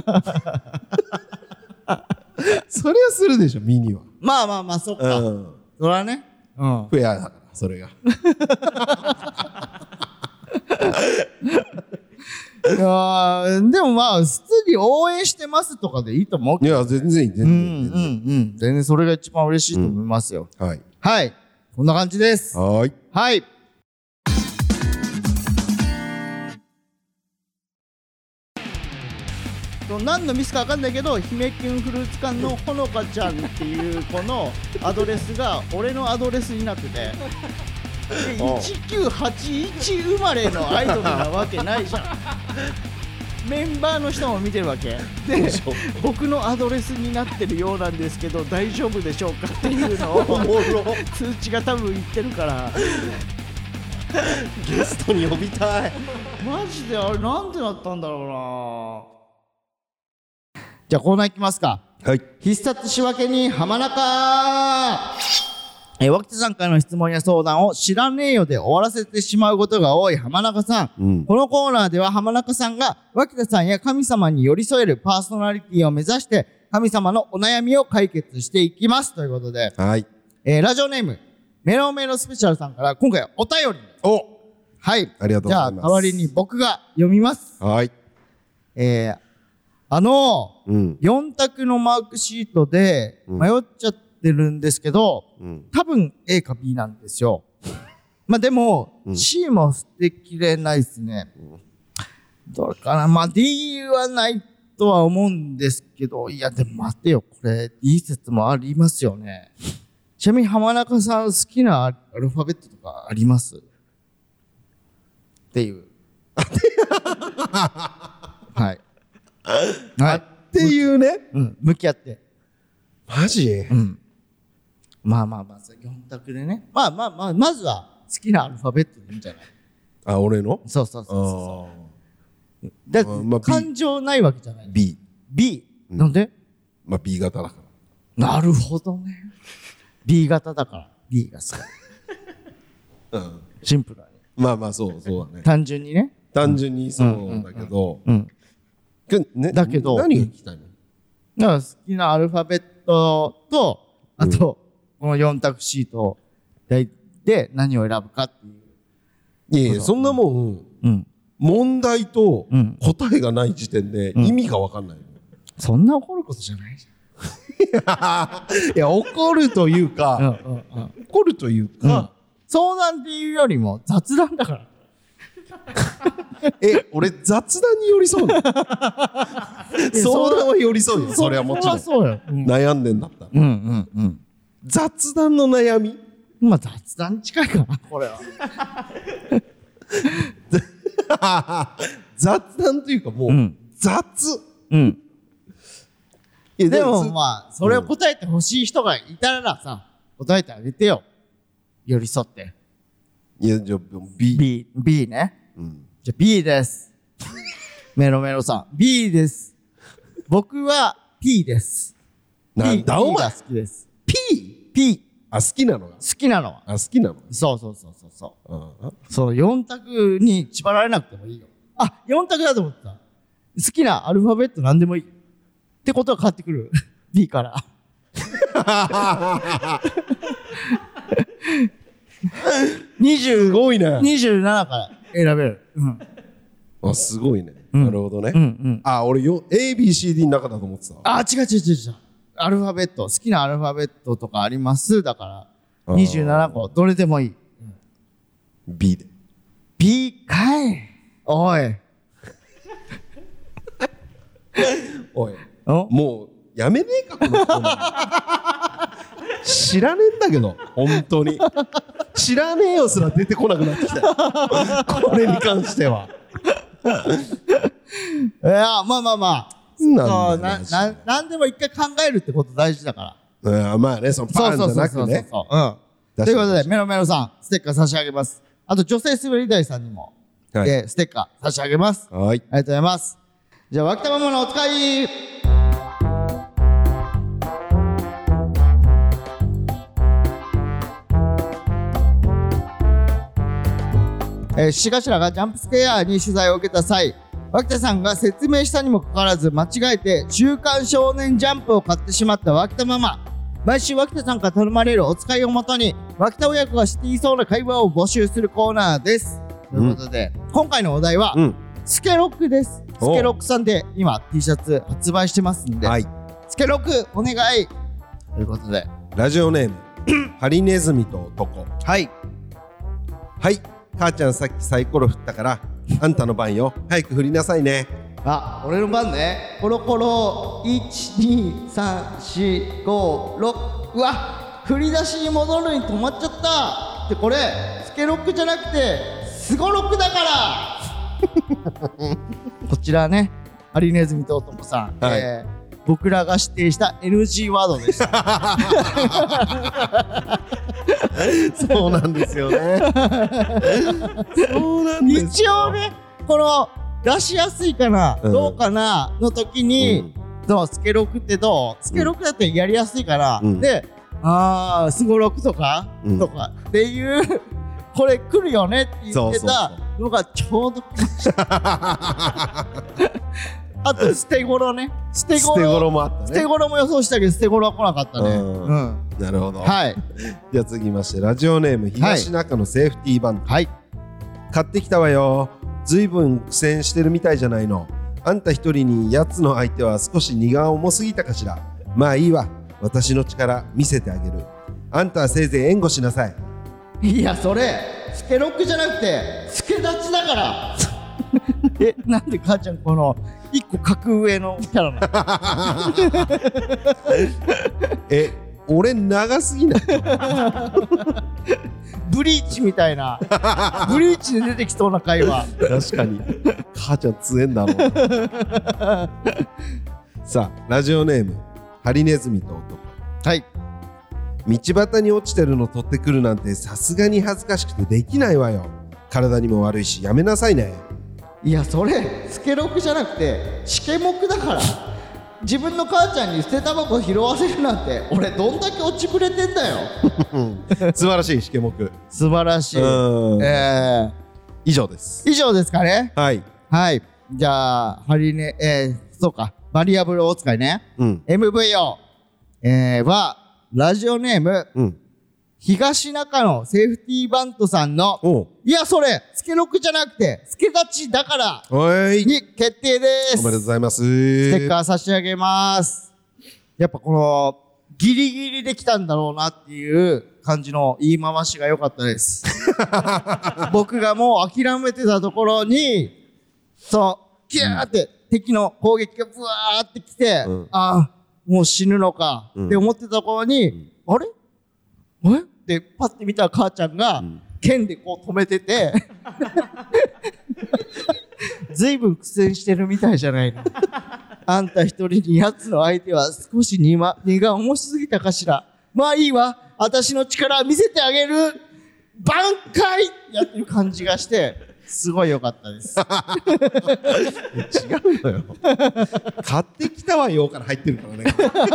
Speaker 1: それはするでしょ、見には。
Speaker 2: まあまあまあ、そっか。それはね。
Speaker 1: フェアだから、それが。
Speaker 2: いやでもまあ、普通に応援してますとかでいいと思うけど。
Speaker 1: いや、全然いい、全
Speaker 2: 然それが一番嬉しいと思いますよ。
Speaker 1: はい。
Speaker 2: はい。こんな感じです。
Speaker 1: はい。
Speaker 2: はい。何のミスか分かんないけど、姫キュンフルーツ館のほのかちゃんっていう子のアドレスが俺のアドレスになってて、1981生まれのアイドルなわけないじゃん。メンバーの人も見てるわけで、僕のアドレスになってるようなんですけど大丈夫でしょうかっていうのを通知が多分言ってるから、
Speaker 1: ゲストに呼びたい。
Speaker 2: マジであれなんてなったんだろうな。じゃあコーナーいきますか。
Speaker 1: はい。
Speaker 2: 必殺仕分けに浜中。脇田さんからの質問や相談を知らねえよで終わらせてしまうことが多い浜中さん。このコーナーでは浜中さんが脇田さんや神様に寄り添えるパーソナリティを目指して神様のお悩みを解決していきますということで。
Speaker 1: はい。
Speaker 2: ラジオネームメロメロスペシャルさんから今回はお便り。はい。
Speaker 1: ありがとうございます。
Speaker 2: じゃあ代わりに僕が読みます。
Speaker 1: はい。
Speaker 2: 4択のマークシートで迷っちゃってるんですけど、多分 A か B なんですよ。まあでも、C も捨てきれないですね。どれかな。まあ D はないとは思うんですけど、いやでも待てよ、これ D 説もありますよね。ちなみに浜中さん好きなアルファベットとかありますっていう。はい。
Speaker 1: はい。っていうね。
Speaker 2: 向き合って。
Speaker 1: マジ？
Speaker 2: まあ、4択でね。まずは好きなアルファベットでいいんじゃない？
Speaker 1: あ、俺の？
Speaker 2: そう。だって、感情ないわけじゃない。B。なんで？
Speaker 1: まあ B 型だから。
Speaker 2: なるほどね。B 型だから B が好き。シンプルだね。
Speaker 1: まあまあそうだね。
Speaker 2: 単純にね。
Speaker 1: 単純にそうだけど、
Speaker 2: だけど
Speaker 1: 何が聞きたいの？
Speaker 2: だから好きなアルファベットと、あと、この4択シートで何を選ぶかっていう。
Speaker 1: いやいや、そんなもん、問題と答えがない時点で意味が分かんない。
Speaker 2: そんな怒ることじゃないじ
Speaker 1: ゃん。いや、怒るというか、
Speaker 2: 相談っていうよりも雑談だから。
Speaker 1: 俺雑談に寄り添うの？相談は寄り添うよ。それはもちろん。
Speaker 2: そうよ。
Speaker 1: 悩んでんだったら。雑談の悩み？
Speaker 2: まあ雑談に近いかな、これは。
Speaker 1: 雑談というかもう雑。
Speaker 2: でもまあそれを答えてほしい人がいたらさ、答えてあげてよ。寄り添って。
Speaker 1: いやじゃあ
Speaker 2: B ね。じゃあ B です。メロメロさん B です。僕は P です。
Speaker 1: なんだお前。
Speaker 2: P が好きです。
Speaker 1: P。好きなのが。
Speaker 2: 好きなのは。
Speaker 1: 好きなの。
Speaker 2: そう。その4択に縛られなくてもいいよ。4択だと思った。好きなアルファベットなんでもいい。ってことは変わってくる。B から。
Speaker 1: すごいね。
Speaker 2: 27から選べる。
Speaker 1: すごいね。なるほどね。俺ABCD の中だと思ってた。
Speaker 2: 違う。アルファベット、好きなアルファベットとかありますだから、27個、どれでもいい。
Speaker 1: B で。
Speaker 2: B かい。おい。
Speaker 1: もう、やめねえか、このコーナー。知らねえんだけど、本当に。知らねえよすら出てこなくなってきたよ。これに関しては。
Speaker 2: いや、まあ。なんでも一回考えるってこと大事だから。
Speaker 1: まあね、そのパンじゃなくね。
Speaker 2: ということで、メロメロさん、ステッカー差し上げます。あと、女性滑り台さんにも、ステッカー差し上げます。
Speaker 1: はい。
Speaker 2: ありがとうございます。じゃあ、脇田ママのお使い。獅頭がジャンプスクエアに取材を受けた際、脇田さんが説明したにもかかわらず間違えて週刊少年ジャンプを買ってしまった脇田ママ。毎週脇田さんから頼まれるお使いをもとに脇田親子が知っていそうな会話を募集するコーナーです。ということで、今回のお題は、スケロックです。スケロックさんで今 T シャツ発売してますんで、スケロックお願いということで、
Speaker 1: ラジオネームハリネズミと男。はい母ちゃんさっきサイコロ振ったからあんたの番よ。早く振りなさいね。
Speaker 2: 俺の番ね。コロコロ123456。うわ、振り出しに戻るのに止まっちゃった。でこれスケロックじゃなくてスゴロックだからこちらね、ハリネズミと男さん、僕らが指定した NG ワードでした
Speaker 1: そうなんですよね。そうなんですよ。
Speaker 2: 一応ね、この出しやすいかな、どうかなの時に、スケロクってどう？スケロクだってやりやすいから、で、スゴロクとか、っていう、これ来るよねって言ってたのがちょうど来ました。あと捨て頃ね。捨て頃もあったね。捨て頃も予想したけど捨て頃は来なかったね。
Speaker 1: なるほど。じゃあ続きまして、ラジオネーム東中のセーフティーバンド。買ってきたわよ。ずいぶん苦戦してるみたいじゃないの。あんた一人にやつの相手は少し荷が重すぎたかしら。まあいいわ、私の力見せてあげる。あんたはせいぜい援護しなさい。
Speaker 2: いや、それスケロックじゃなくてスケダチだからなんで母ちゃんこの一個格上のキャラなの
Speaker 1: 俺長すぎない
Speaker 2: ブリーチみたいなブリーチで出てきそうな会話。
Speaker 1: 確かに母ちゃん強えんだろうさあ、ラジオネームハリネズミと男。道端に落ちてるの取ってくるなんてさすがに恥ずかしくてできないわよ。体にも悪いしやめなさいね。
Speaker 2: いや、それスケロクじゃなくてシケモクだから。自分の母ちゃんに捨てタバコ拾わせるなんて俺どんだけ落ちぶれてんだよ
Speaker 1: 素晴らしいシケモク。
Speaker 2: 素晴らしい。
Speaker 1: 以上です。
Speaker 2: 以上ですかね。
Speaker 1: はい。
Speaker 2: はい。じゃあ、そうか。バリアブル大使いね。MVO、は、ラジオネーム、東中野セーフティーバントさんの、いや、それ、スケロクじゃなくて、スケ立ちだから、に決定です。
Speaker 1: おめでとうございます。
Speaker 2: ステッカー差し上げます。やっぱこの、ギリギリできたんだろうなっていう感じの言い回しが良かったです。僕がもう諦めてたところに、そう、キューって敵の攻撃がブワーってきて、ああ、もう死ぬのかって思ってたところに、あれってパッて見たら母ちゃんが、剣でこう止めてて、ずいぶん苦戦してるみたいじゃないの。あんた一人に奴の相手は少し荷が重しすぎたかしら。まあいいわ。私の力見せてあげる。挽回やってる感じがして、すごい良かったです。
Speaker 1: 違うのよ。買ってきたわよから入ってるからね。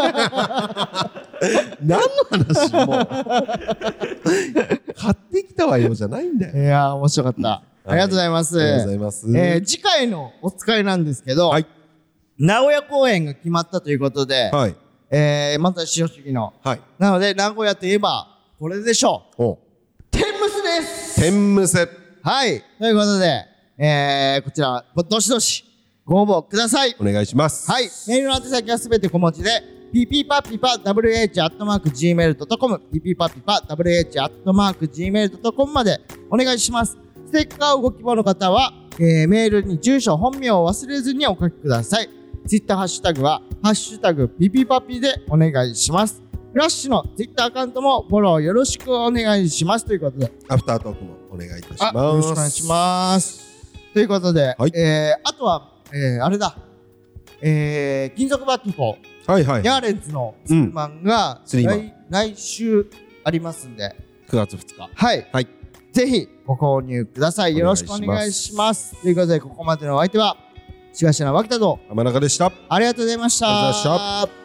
Speaker 1: 何の話もう。買ってきたわよじゃないんだよ。
Speaker 2: いやー、面白かった。ありがとうございます。
Speaker 1: ありがとうございます。
Speaker 2: 次回のお使いなんですけど、名古屋公演が決まったということで、まずは塩主義の。なので、名古屋といえば、これでしょう。天むすです。
Speaker 1: 天むす。
Speaker 2: はい。ということで、こちら、どしどしご応募ください。
Speaker 1: お願いします。
Speaker 2: はい。メールの宛先はすべて小文字で、ppapipawh@gmail.com、ppapipawh@gmail.com までお願いします。ステッカーをご希望の方は、メールに住所、本名を忘れずにお書きください。ツイッターハッシュタグは、ハッシュタグピピパピでお願いします。フラッシュのツイッターアカウントもフォローよろしくお願いします。ということで。
Speaker 1: アフタートークもお願いいたします。
Speaker 2: よろしくお願いします。ということで、あとは、あれだ。金属バットと、ヤーレンズのツーマンが来週ありますんで。
Speaker 1: 9月2日。
Speaker 2: はい。ぜひご購入ください。よろしくお願いします。ということで、ここまでのお相手は、東野脇田と
Speaker 1: 浜中でした。
Speaker 2: ありがとうございました。
Speaker 1: ありがとうございました。